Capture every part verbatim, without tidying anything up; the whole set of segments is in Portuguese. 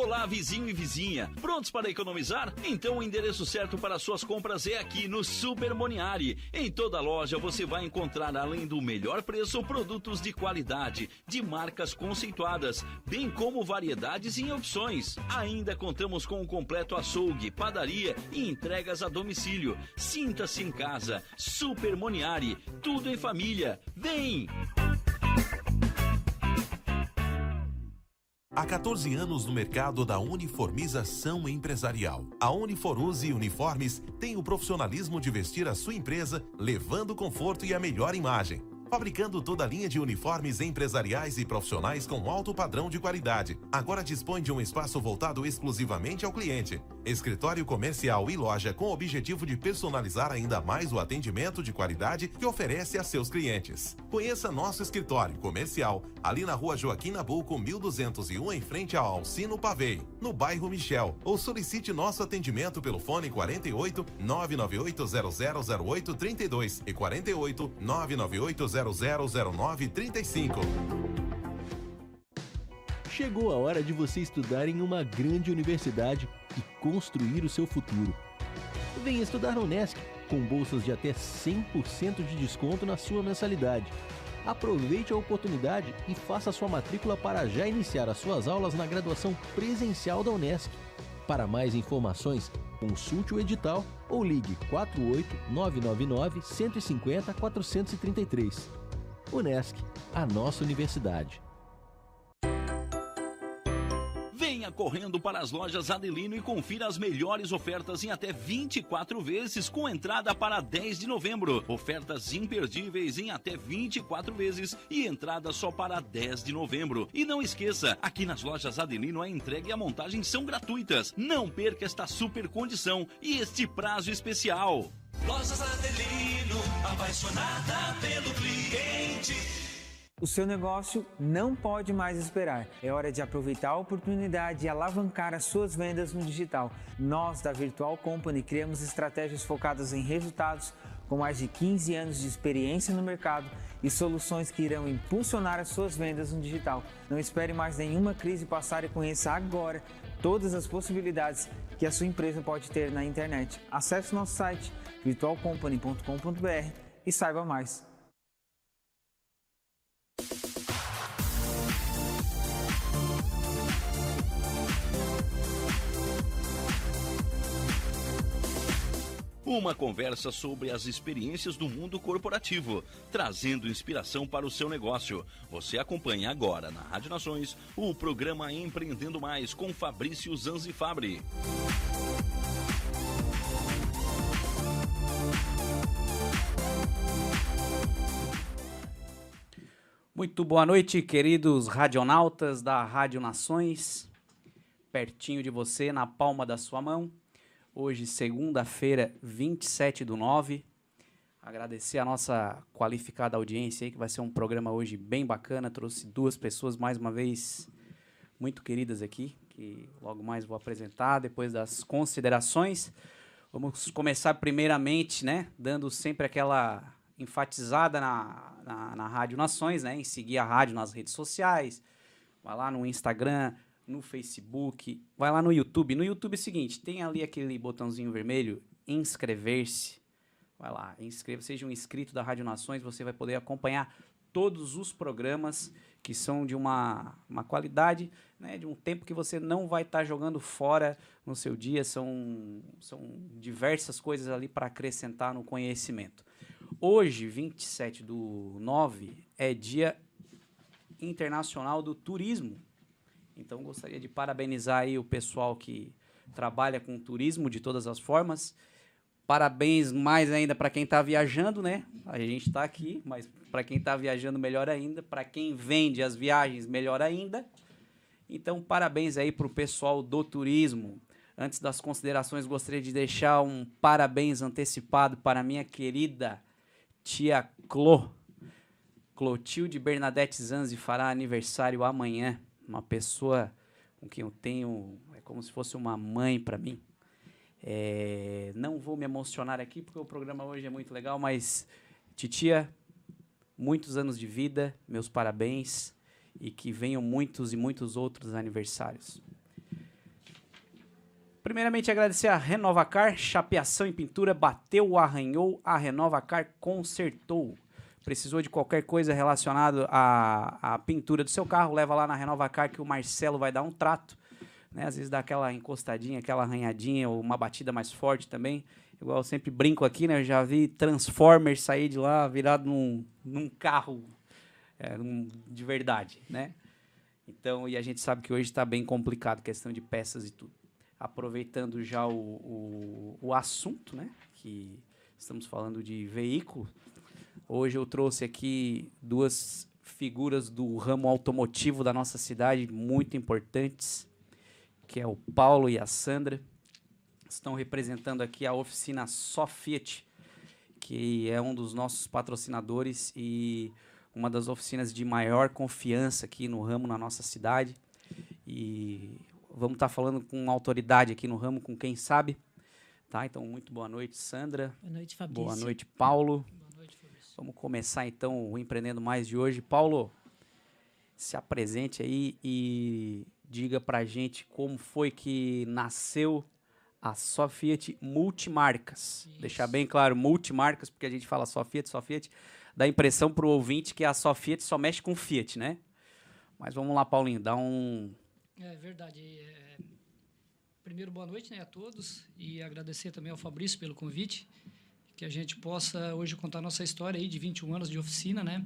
Olá, vizinho e vizinha. Prontos para economizar? Então o endereço certo para suas compras é aqui no Super Moniari. Em toda loja você vai encontrar, além do melhor preço, produtos de qualidade, de marcas conceituadas, bem como variedades e opções. Ainda contamos com um completo açougue, padaria e entregas a domicílio. Sinta-se em casa. Super Moniari. Tudo em família. Vem! Há quatorze anos no mercado da uniformização empresarial. A Uniforuse Uniformes tem o profissionalismo de vestir a sua empresa, levando conforto e a melhor imagem. Fabricando toda a linha de uniformes empresariais e profissionais com alto padrão de qualidade. Agora dispõe de um espaço voltado exclusivamente ao cliente. Escritório comercial e loja com o objetivo de personalizar ainda mais o atendimento de qualidade que oferece a seus clientes. Conheça nosso escritório comercial ali na rua Joaquim Nabuco, mil duzentos e um, em frente ao Alcino Pavei, no bairro Michel. Ou solicite nosso atendimento pelo fone quarenta e oito, nove nove oito zero zero zero oito três dois e quarenta e oito, nove nove oito zero zero zero nove três cinco. Chegou a hora de você estudar em uma grande universidade e construir o seu futuro. Venha estudar na Unesc, com bolsas de até cem por cento de desconto na sua mensalidade. Aproveite a oportunidade e faça sua matrícula para já iniciar as suas aulas na graduação presencial da Unesc. Para mais informações, consulte o edital ou ligue quatro oito nove nove nove, um cinco zero, quatro três três. Unesc, a nossa universidade. Venha correndo para as lojas Adelino e confira as melhores ofertas em até vinte e quatro vezes com entrada para dez de novembro. Ofertas imperdíveis em até vinte e quatro vezes e entrada só para dez de novembro. E não esqueça, aqui nas lojas Adelino a entrega e a montagem são gratuitas. Não perca esta super condição e este prazo especial. Lojas Adelino, apaixonada pelo cliente. O seu negócio não pode mais esperar. É hora de aproveitar a oportunidade e alavancar as suas vendas no digital. Nós, da Virtual Company, criamos estratégias focadas em resultados com mais de quinze anos de experiência no mercado e soluções que irão impulsionar as suas vendas no digital. Não espere mais nenhuma crise passar e conheça agora todas as possibilidades que a sua empresa pode ter na internet. Acesse nosso site virtual company ponto com ponto b r e saiba mais. Uma conversa sobre as experiências do mundo corporativo, trazendo inspiração para o seu negócio. Você acompanha agora na Rádio Nações o programa Empreendendo Mais com Fabrício Zanzifabri. Muito boa noite, queridos radionautas da Rádio Nações. Pertinho de você, na palma da sua mão. Hoje, segunda-feira, vinte e sete do nove. Agradecer a nossa qualificada audiência aí, que vai ser um programa hoje bem bacana. Trouxe duas pessoas, mais uma vez, muito queridas aqui, que logo mais vou apresentar, depois das considerações. Vamos começar primeiramente, né, dando sempre aquela enfatizada na, na, na Rádio Nações, né, em seguir a rádio nas redes sociais. Vai lá no Instagram, no Facebook, vai lá no YouTube. No YouTube é o seguinte, tem ali aquele botãozinho vermelho, inscrever-se. Vai lá, inscreva, seja um inscrito da Rádio Nações, você vai poder acompanhar todos os programas que são de uma, uma qualidade, né, de um tempo que você não vai estar tá jogando fora no seu dia. São, são diversas coisas ali para acrescentar no conhecimento. Hoje, vinte e sete do nove, é Dia Internacional do Turismo. Então, gostaria de parabenizar aí o pessoal que trabalha com turismo de todas as formas. Parabéns mais ainda para quem está viajando, né? A gente está aqui, mas para quem está viajando, melhor ainda. Para quem vende as viagens, melhor ainda. Então, parabéns aí para o pessoal do turismo. Antes das considerações, gostaria de deixar um parabéns antecipado para a minha querida tia Clô. Clotilde Bernadette Zanzi fará aniversário amanhã. Uma pessoa com quem eu tenho, é como se fosse uma mãe para mim. É, não vou me emocionar aqui, porque o programa hoje é muito legal, mas, titia, muitos anos de vida, meus parabéns, e que venham muitos e muitos outros aniversários. Primeiramente, agradecer a Renovacar, chapeação e pintura, bateu, arranhou, a Renovacar consertou. Precisou de qualquer coisa relacionada à, à pintura do seu carro, leva lá na Renovacar que o Marcelo vai dar um trato. Né? Às vezes dá aquela encostadinha, aquela arranhadinha, ou uma batida mais forte também. Igual eu sempre brinco aqui, né? Eu já vi Transformers sair de lá virado num, num carro é, num, de verdade, né? Então, e a gente sabe que hoje está bem complicado, questão de peças e tudo. Aproveitando já o, o, o assunto, né? Que estamos falando de veículo. Hoje eu trouxe aqui duas figuras do ramo automotivo da nossa cidade, muito importantes, que é o Paulo e a Sandra. Estão representando aqui a oficina Só Fiat, que é um dos nossos patrocinadores e uma das oficinas de maior confiança aqui no ramo na nossa cidade. E vamos estar falando com autoridade aqui no ramo, com quem sabe. Tá? Então, muito boa noite, Sandra. Boa noite, Fabrício. Boa noite, Paulo. Boa noite, Fabrício. Vamos começar, então, o Empreendendo Mais de hoje. Paulo, se apresente aí e diga pra gente como foi que nasceu a Só Fiat Multimarcas. Isso. Deixar bem claro, multimarcas, porque a gente fala Só Fiat, Só Fiat, dá a impressão pro ouvinte que a Só Fiat só mexe com Fiat, né? Mas vamos lá, Paulinho, dá um... É verdade. É... Primeiro, boa noite, né, a todos e agradecer também ao Fabrício pelo convite, que a gente possa hoje contar nossa história aí de vinte e um anos de oficina, né?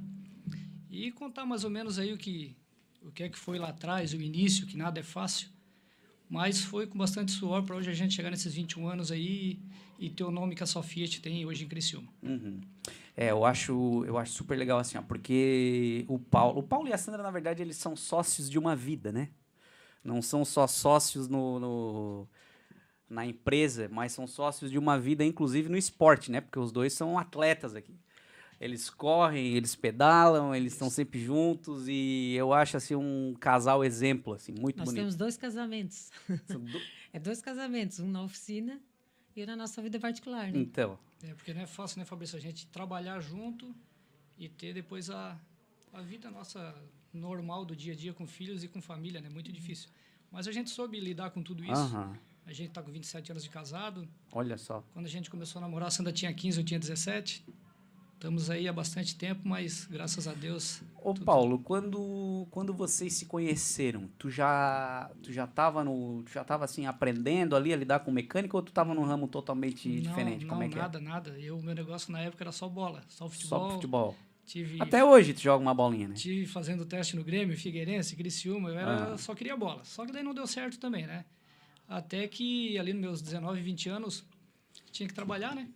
E contar mais ou menos aí o que, o que é que foi lá atrás, o início, que nada é fácil. Mas foi com bastante suor para hoje a gente chegar nesses vinte e um anos aí e ter o nome que a Só Fiat tem hoje em Criciúma. Uhum. É, eu acho, eu acho super legal assim, ó, porque o Paulo, o Paulo e a Sandra, na verdade, eles são sócios de uma vida, né? Não são só sócios no, no, na empresa, mas são sócios de uma vida, inclusive no esporte, né? Porque os dois são atletas aqui. Eles correm, eles pedalam, eles estão sempre juntos e eu acho assim um casal exemplo, assim, muito Nós bonito. Nós temos dois casamentos. Do... É dois casamentos, um na oficina e um na nossa vida particular, né? Então. É, porque não é fácil, né, Fabrício? A gente trabalhar junto e ter depois a, a vida nossa normal do dia a dia com filhos e com família, né? Muito difícil. Mas a gente soube lidar com tudo isso. Uhum. A gente tá com vinte e sete anos de casado. Olha só. Quando a gente começou a namorar, a Sandra tinha quinze, eu tinha dezessete. Estamos aí há bastante tempo, mas graças a Deus... Ô, Paulo, quando, quando vocês se conheceram, tu já tu já estava no, tu já tava assim aprendendo ali a lidar com mecânica ou tu estava num ramo totalmente não, diferente? Não, Como é que nada, é? nada. Eu, meu negócio na época era só bola, só futebol. Só futebol. Tive, Até hoje tu joga uma bolinha, né? Tive fazendo teste no Grêmio, Figueirense, Criciúma, eu era, ah. só queria bola. Só que daí não deu certo também, né? Até que ali nos meus dezenove, vinte anos, tinha que trabalhar, né?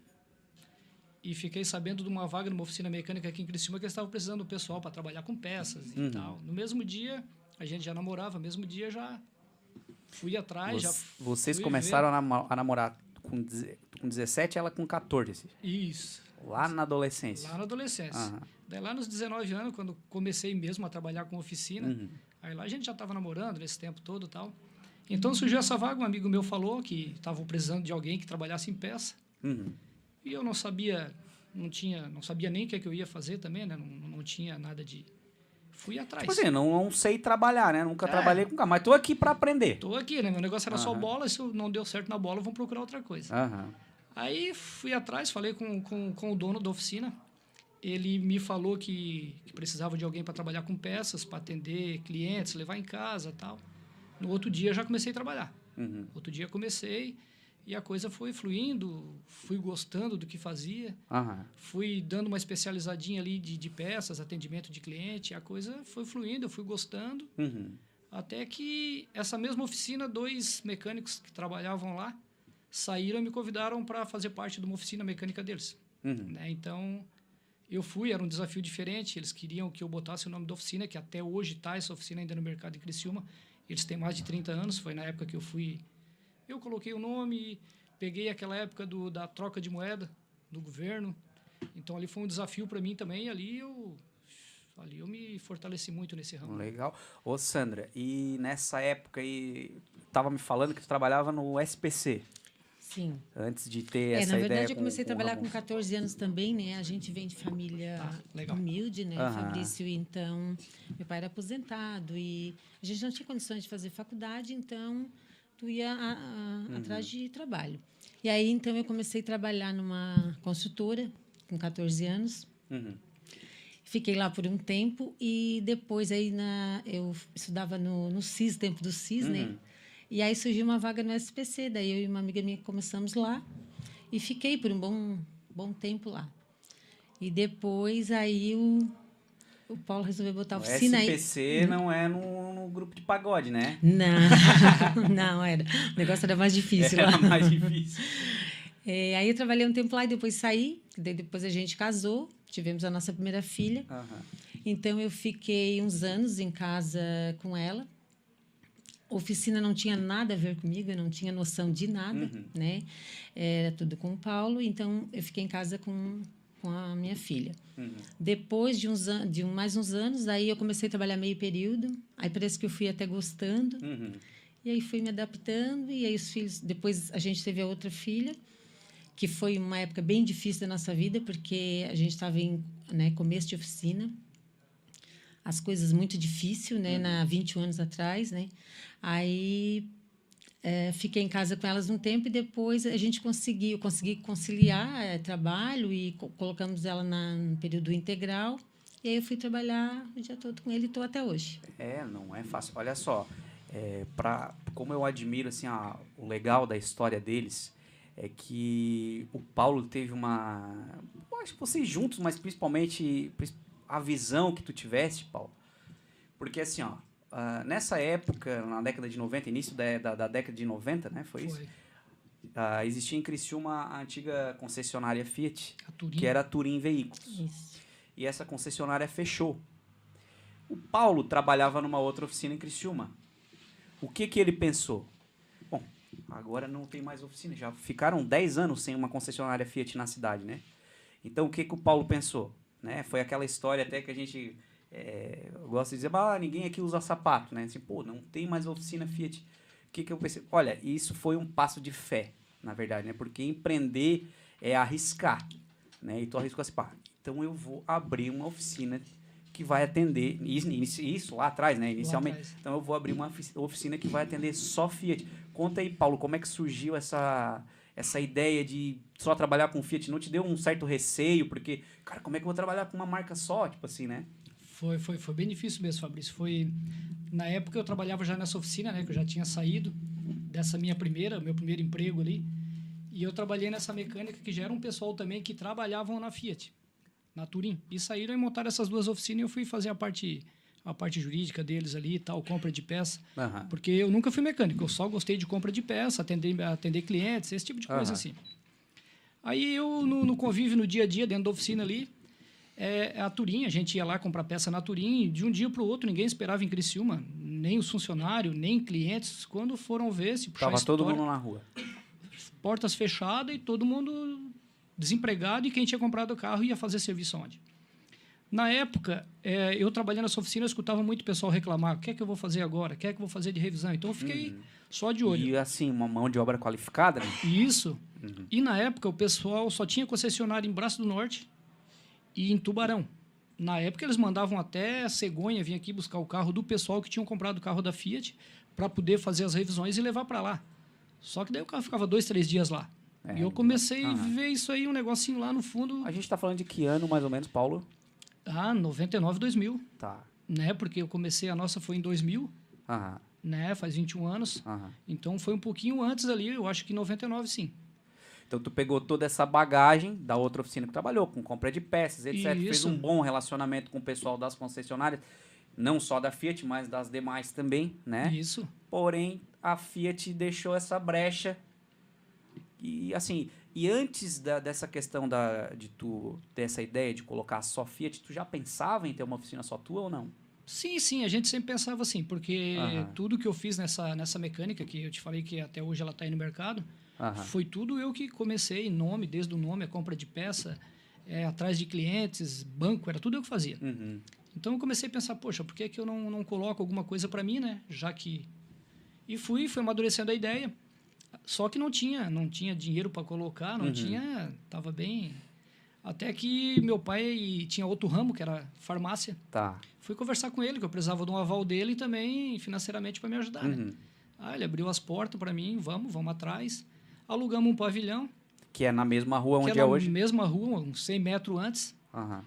E fiquei sabendo de uma vaga numa oficina mecânica aqui em Criciúma que eles estavam precisando do pessoal para trabalhar com peças e uhum. tal. No mesmo dia, a gente já namorava, no mesmo dia já fui atrás. Você, já vocês fui começaram ver. a, nam a namorar com, com dezessete, ela com quatorze. Isso. Lá na adolescência. Lá na adolescência. Uhum. Daí lá nos dezenove anos, quando comecei mesmo a trabalhar com oficina, uhum. aí lá a gente já estava namorando nesse tempo todo e tal. Então surgiu essa vaga, um amigo meu falou que estavam precisando de alguém que trabalhasse em peça. Uhum. E eu não sabia, não tinha, não sabia nem o que, é que eu ia fazer também, né? Não, não tinha nada de... Fui atrás. Tipo assim, não, não sei trabalhar, né? Nunca é. trabalhei com carro, mas tô aqui para aprender. Tô aqui, né? Meu negócio era uhum. só bola, se não deu certo na bola, vamos procurar outra coisa. Uhum. Aí fui atrás, falei com, com, com o dono da oficina. Ele me falou que, que precisava de alguém para trabalhar com peças, para atender clientes, levar em casa e tal. No outro dia já comecei a trabalhar. Uhum. Outro dia comecei e a coisa foi fluindo, fui gostando do que fazia, uhum. fui dando uma especializadinha ali de, de peças, atendimento de cliente, a coisa foi fluindo, eu fui gostando, uhum. até que essa mesma oficina, dois mecânicos que trabalhavam lá, saíram e me convidaram para fazer parte de uma oficina mecânica deles. Uhum. Né? Então, eu fui, era um desafio diferente, eles queriam que eu botasse o nome da oficina, que até hoje está essa oficina ainda no mercado de Criciúma. Eles têm mais de trinta anos, foi na época que eu fui... Eu coloquei o nome, peguei aquela época do, da troca de moeda do governo. Então, ali foi um desafio para mim também. E ali eu, ali eu me fortaleci muito nesse ramo. Legal. Ô, Sandra, e nessa época aí, estava me falando que tu trabalhava no S P C. Sim. Antes de ter é, essa ideia. Na verdade, eu comecei com, a trabalhar com, com catorze anos também, né? A gente vem de família tá, humilde, né, uhum. Fabrício? Então, meu pai era aposentado e a gente não tinha condições de fazer faculdade, então tu ia a, a, uhum. atrás de trabalho. E aí, então, eu comecei a trabalhar numa construtora, com catorze anos. Uhum. Fiquei lá por um tempo e depois aí na, eu estudava no, no C I S, tempo do C I S, uhum. né? E aí surgiu uma vaga no S P C, daí eu e uma amiga minha começamos lá e fiquei por um bom, bom tempo lá. E depois aí o, o Paulo resolveu botar a oficina aí. O S P C aí. Não é no, no grupo de pagode, né? Não, não era. O negócio era mais difícil era lá. Era mais difícil. É, aí eu trabalhei um tempo lá e depois saí. Daí depois a gente casou, tivemos a nossa primeira filha. Uhum. Então eu fiquei uns anos em casa com ela. A oficina não tinha nada a ver comigo, eu não tinha noção de nada, uhum. né? Era tudo com o Paulo, então eu fiquei em casa com, com a minha filha. Uhum. Depois de, uns an- de um, mais uns anos, aí eu comecei a trabalhar meio período, aí parece que eu fui até gostando, uhum. e aí fui me adaptando, e aí os filhos... Depois a gente teve a outra filha, que foi uma época bem difícil da nossa vida, porque a gente estava em né, começo de oficina, as coisas muito difíceis, né, uhum. há vinte anos atrás, né? Aí é, fiquei em casa com elas um tempo e depois a gente conseguiu, consegui conciliar é, trabalho e co- colocamos ela na, no período integral. E aí eu fui trabalhar o dia todo com ele e estou até hoje. É, não é fácil. Olha só, é, pra, como eu admiro assim, a, o legal da história deles é que o Paulo teve uma... Eu acho que vocês juntos, mas principalmente a visão que tu tiveste, Paulo. Porque assim, ó, uh, nessa época, na década de noventa, início da, da, da década de noventa, né, foi, foi. isso? Uh, existia em Criciúma a antiga concessionária Fiat, que era a Turim Veículos. Isso. E essa concessionária fechou. O Paulo trabalhava numa outra oficina em Criciúma. O que que ele pensou? Bom, agora não tem mais oficina, já ficaram dez anos sem uma concessionária Fiat na cidade, né? Então, o que que o Paulo pensou? Né? Foi aquela história até que a gente é, gosta de dizer, ah, ninguém aqui usa sapato, né? Assim, pô, não tem mais oficina Fiat. O que que eu pensei? Olha, isso foi um passo de fé, na verdade, né? Porque empreender é arriscar, né? E tu arriscou assim, pá, então eu vou abrir uma oficina que vai atender, isso, isso lá atrás, né? Inicialmente. Então eu vou abrir uma oficina que vai atender só Fiat. Conta aí, Paulo, como é que surgiu essa... essa ideia de só trabalhar com Fiat, não te deu um certo receio? Porque, cara, como é que eu vou trabalhar com uma marca só? Tipo assim, né? Foi, foi, foi bem difícil mesmo, Fabrício. Foi... Na época eu trabalhava já nessa oficina, né? Que eu já tinha saído dessa minha primeira, meu primeiro emprego ali. E eu trabalhei nessa mecânica que já era um pessoal também que trabalhavam na Fiat, na Turim. E saíram e montaram essas duas oficinas e eu fui fazer a parte... a parte jurídica deles ali e tal, compra de peça. Uhum. Porque eu nunca fui mecânico, eu só gostei de compra de peça, atender, atender clientes, esse tipo de coisa, uhum. assim. Aí eu, no, no convívio, no dia a dia, dentro da oficina ali, é, a Turim, a gente ia lá comprar peça na Turim, e de um dia para o outro, ninguém esperava em Criciúma, nem os funcionários, nem clientes, quando foram ver, se puxar Tava todo mundo na rua. Portas fechadas e todo mundo desempregado, e quem tinha comprado o carro ia fazer serviço onde? Na época, é, eu trabalhando nessa oficina, eu escutava muito o pessoal reclamar, o que é que eu vou fazer agora? O que é que eu vou fazer de revisão? Então, eu fiquei uhum. só de olho. E, assim, uma mão de obra qualificada, né? Isso. Uhum. E, na época, o pessoal só tinha concessionário em Braço do Norte e em Tubarão. Na época, eles mandavam até Cegonha vir aqui buscar o carro do pessoal que tinham comprado o carro da Fiat para poder fazer as revisões e levar para lá. Só que daí o carro ficava dois, três dias lá. É, e eu comecei uhum. a ver isso aí, um negocinho lá no fundo. A gente está falando de que ano, mais ou menos, Paulo? Ah, noventa e nove, dois mil. Tá. Né? Porque eu comecei, a nossa foi em dois mil. Aham. Né? Faz vinte e um anos. Aham. Então, foi um pouquinho antes ali, eu acho que em noventa e nove, sim. Então, tu pegou toda essa bagagem da outra oficina que trabalhou, com compra de peças, etcétera. Isso. Fez um bom relacionamento com o pessoal das concessionárias, não só da Fiat, mas das demais também, né? Isso. Porém, a Fiat deixou essa brecha. E, assim... E antes da, dessa questão da, de tu ter essa ideia de colocar só Fiat, tu já pensava em ter uma oficina só tua ou não? Sim, sim, a gente sempre pensava assim, porque Uhum. tudo que eu fiz nessa, nessa mecânica, que eu te falei que até hoje ela está aí no mercado, uhum. foi tudo eu que comecei, nome, desde o nome, a compra de peça, é, atrás de clientes, banco, era tudo eu que fazia. Uhum. Então eu comecei a pensar, poxa, por que, que eu não, não coloco alguma coisa para mim, né? Já que... E fui, fui amadurecendo a ideia. Só que não tinha, não tinha dinheiro para colocar, não uhum. tinha, tava bem. Até que meu pai tinha outro ramo, que era farmácia. Tá. Fui conversar com ele, que eu precisava de um aval dele também financeiramente para me ajudar, uhum. né? Aí ele abriu as portas para mim, vamos, vamos atrás. Alugamos um pavilhão. Que é na mesma rua onde que é, é hoje? na mesma rua, uns cem metros antes. Uhum.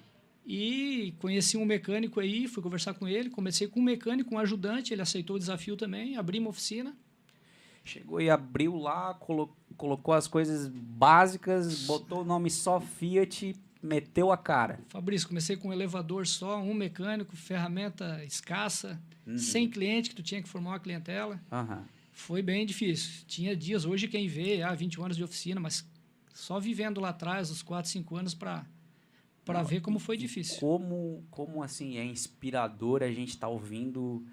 E conheci um mecânico aí, fui conversar com ele. Comecei com um mecânico, um ajudante, ele aceitou o desafio também. Abri uma oficina. Chegou e abriu lá, colo colocou as coisas básicas, botou o nome só Fiat, meteu a cara. Fabrício, comecei com um elevador só, um mecânico, ferramenta escassa, uhum. sem cliente, que tu tinha que formar uma clientela. Uhum. Foi bem difícil. Tinha dias, hoje quem vê, ah, vinte anos de oficina, mas só vivendo lá atrás, os quatro, cinco anos, para para ver como foi difícil. Como, como assim, é inspirador a gente estar tá ouvindo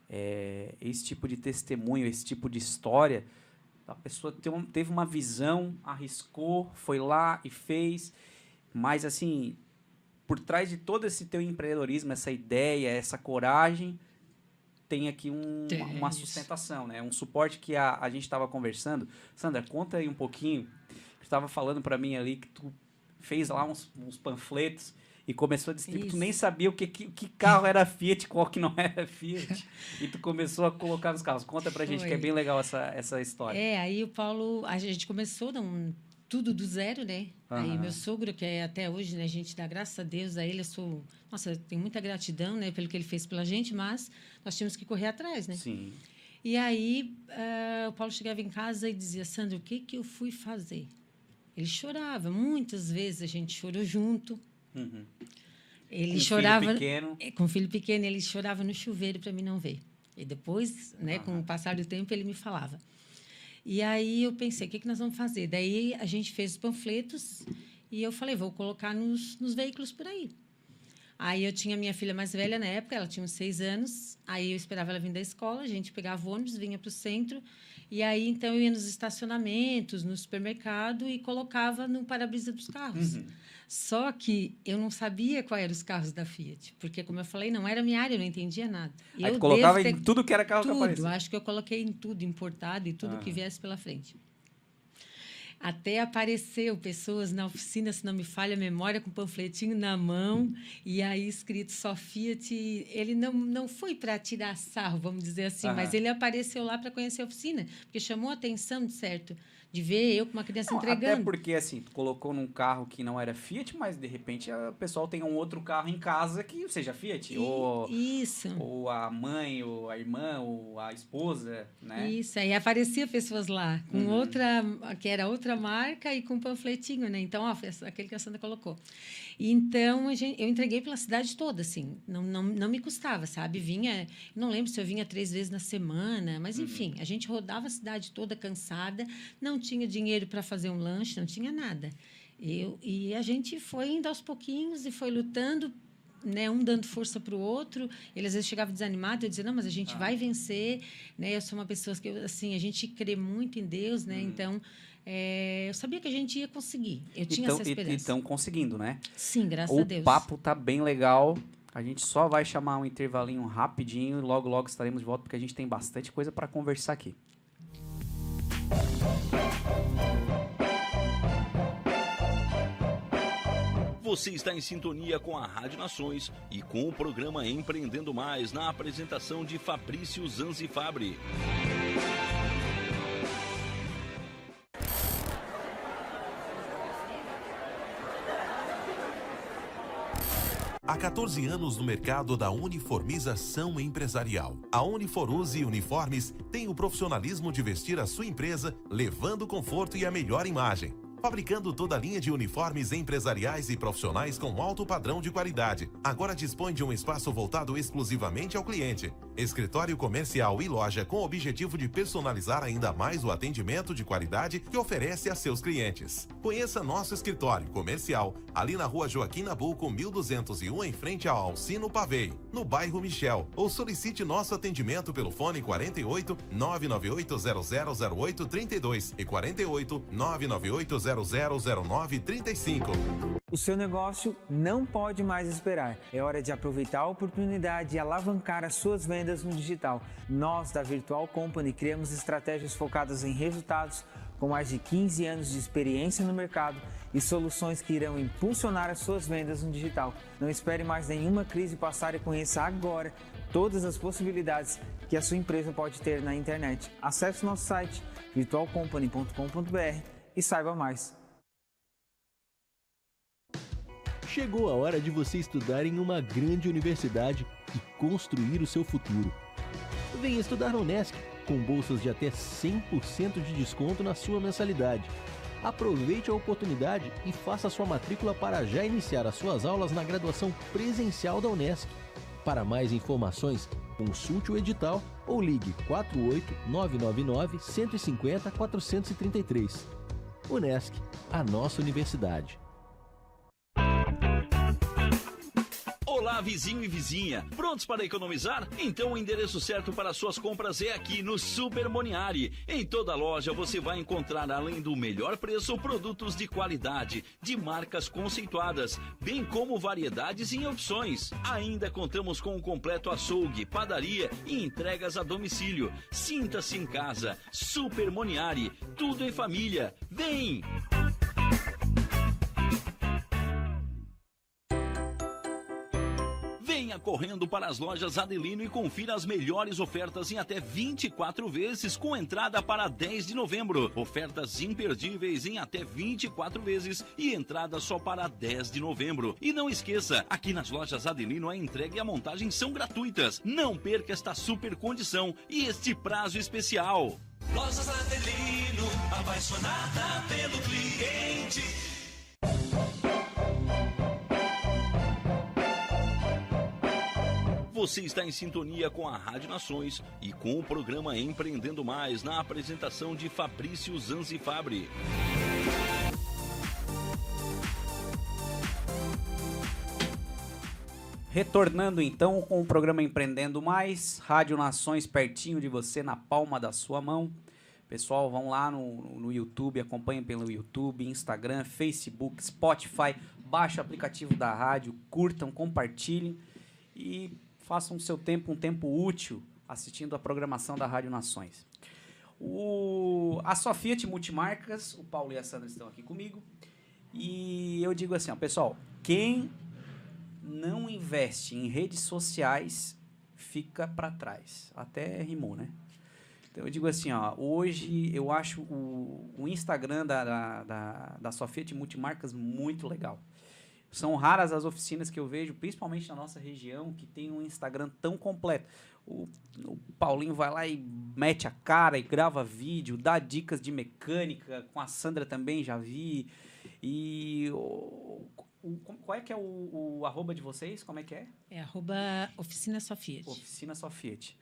é, esse tipo de testemunho, esse tipo de história. A pessoa teve uma visão, arriscou, foi lá e fez. Mas, assim, por trás de todo esse teu empreendedorismo, essa ideia, essa coragem, tem aqui um, tem uma, uma sustentação, né? Um suporte que a, a gente estava conversando. Sandra, conta aí um pouquinho. Tu estava falando para mim ali que tu fez lá uns, uns panfletos e começou a distribuir. Tu nem sabia o que, que, que carro era Fiat, qual que não era Fiat. E tu começou a colocar nos carros. Conta pra gente, Foi. que é bem legal essa, essa história. É, aí o Paulo... A gente começou um, tudo do zero, né? Uhum. Aí meu sogro, que é até hoje, né? A gente dá graças a Deus a ele. Eu sou... Nossa, eu tenho muita gratidão, né? Pelo que ele fez pela gente, mas nós tínhamos que correr atrás, né? Sim. E aí uh, o Paulo chegava em casa e dizia, Sandra, o que que eu fui fazer? Ele chorava. Muitas vezes a gente chorou junto. Uhum. Ele com chorava... filho pequeno. Com o filho pequeno, ele chorava no chuveiro para mim não ver. E depois, né, uhum. com o passar do tempo, ele me falava. E aí eu pensei, o que que nós vamos fazer? Daí a gente fez os panfletos e eu falei, vou colocar nos, nos veículos por aí. Aí eu tinha minha filha mais velha na época, ela tinha uns seis anos. Aí eu esperava ela vir da escola, a gente pegava o ônibus, vinha para o centro. E aí, então, eu ia nos estacionamentos, no supermercado e colocava no para-brisa dos carros. Uhum. Só que eu não sabia quais eram os carros da Fiat. Porque, como eu falei, não era minha área, eu não entendia nada. Aí eu tu colocava em tudo que era carro tudo, que aparecia. Acho que eu coloquei em tudo, importado e tudo ah. que viesse pela frente. Até apareceu pessoas na oficina, se não me falha a memória, com um panfletinho na mão, e aí escrito só Fiat. Ele não, não foi para tirar sarro, vamos dizer assim, Aham. mas ele apareceu lá para conhecer a oficina, porque chamou a atenção, de certo, de ver eu com uma criança não, entregando. Até porque, assim, tu colocou num carro que não era Fiat, mas, de repente, o pessoal tem um outro carro em casa que seja Fiat. E, ou, isso. Ou a mãe, ou a irmã, ou a esposa, né? Isso, aí aparecia pessoas lá, com uhum. outra, que era outra marca e com um panfletinho, né? Então, ó, aquele que a Sandra colocou. Então, a gente, eu entreguei pela cidade toda, assim. Não, não, não me custava, sabe? Vinha, não lembro se eu vinha três vezes na semana, mas, enfim, uhum. a gente rodava a cidade toda cansada, não tinha dinheiro para fazer um lanche, não tinha nada. Eu, e a gente foi indo aos pouquinhos e foi lutando, né, um dando força para o outro. Ele às vezes chegava desanimado, eu dizia, não, mas a gente ah. vai vencer, né? Eu sou uma pessoa que, assim, a gente crê muito em Deus, né? Uhum. Então, é, eu sabia que a gente ia conseguir. Eu tinha então, essa esperança. E estão conseguindo, né? Sim, graças o a Deus. O papo tá bem legal. A gente só vai chamar um intervalinho rapidinho e logo, logo estaremos de volta, porque a gente tem bastante coisa para conversar aqui. Você está em sintonia com a Rádio Nações e com o programa Empreendendo Mais, na apresentação de Fabrício Zanzifabri. Há quatorze anos no mercado da uniformização empresarial. A Uniforuse Uniformes tem o profissionalismo de vestir a sua empresa, levando conforto e a melhor imagem. Fabricando toda a linha de uniformes empresariais e profissionais com alto padrão de qualidade. Agora dispõe de um espaço voltado exclusivamente ao cliente. Escritório comercial e loja com o objetivo de personalizar ainda mais o atendimento de qualidade que oferece a seus clientes. Conheça nosso escritório comercial ali na rua Joaquim Nabuco, mil duzentos e um, em frente ao Alcino Pavei, no bairro Michel. Ou solicite nosso atendimento pelo fone quarenta e oito, nove nove oito zero zero zero oito três dois e quarenta e oito, nove nove oito zero zero zero nove três cinco. O seu negócio não pode mais esperar. É hora de aproveitar a oportunidade e alavancar as suas vendas no digital. Nós, da Virtual Company, criamos estratégias focadas em resultados com mais de quinze anos de experiência no mercado e soluções que irão impulsionar as suas vendas no digital. Não espere mais nenhuma crise passar e conheça agora todas as possibilidades que a sua empresa pode ter na internet. Acesse nosso site virtual company ponto com ponto b r e saiba mais. Chegou a hora de você estudar em uma grande universidade e construir o seu futuro. Venha estudar na Unesc, com bolsas de até cem por cento de desconto na sua mensalidade. Aproveite a oportunidade e faça sua matrícula para já iniciar as suas aulas na graduação presencial da Unesc. Para mais informações, consulte o edital ou ligue quatro oito nove nove nove, um cinco zero, quatro três três. Unesc, a nossa universidade. Olá, vizinho e vizinha. Prontos para economizar? Então o endereço certo para suas compras é aqui no Super Moniari. Em toda loja você vai encontrar, além do melhor preço, produtos de qualidade, de marcas conceituadas, bem como variedades em opções. Ainda contamos com um completo açougue, padaria e entregas a domicílio. Sinta-se em casa. Super Moniari. Tudo em família. Vem! Venha correndo para as lojas Adelino e confira as melhores ofertas em até vinte e quatro vezes com entrada para dez de novembro. Ofertas imperdíveis em até vinte e quatro vezes e entrada só para dez de novembro. E não esqueça, aqui nas lojas Adelino a entrega e a montagem são gratuitas. Não perca esta super condição e este prazo especial. Lojas Adelino, apaixonada pelo cliente. Você está em sintonia com a Rádio Nações e com o programa Empreendendo Mais, na apresentação de Fabrício Zanzifabri. Retornando então com o programa Empreendendo Mais, Rádio Nações pertinho de você, na palma da sua mão. Pessoal, vão lá no, no YouTube, acompanhem pelo YouTube, Instagram, Facebook, Spotify, baixe o aplicativo da rádio, curtam, compartilhem e façam o seu tempo um tempo útil assistindo a programação da Rádio Nações. O, a sua Fiat Multimarcas, o Paulo e a Sandra estão aqui comigo. E eu digo assim, ó, pessoal, quem não investe em redes sociais fica para trás. Até rimou, né? Então eu digo assim, ó, hoje eu acho o, o Instagram da, da, da, da sua Fiat Multimarcas muito legal. São raras as oficinas que eu vejo, principalmente na nossa região, que tem um Instagram tão completo. O, o Paulinho vai lá e mete a cara e grava vídeo, dá dicas de mecânica, com a Sandra também já vi. E o, o, qual é que é o, o arroba de vocês? Como é que é? É arroba Oficina Só Fiat. Oficina Só Fiat.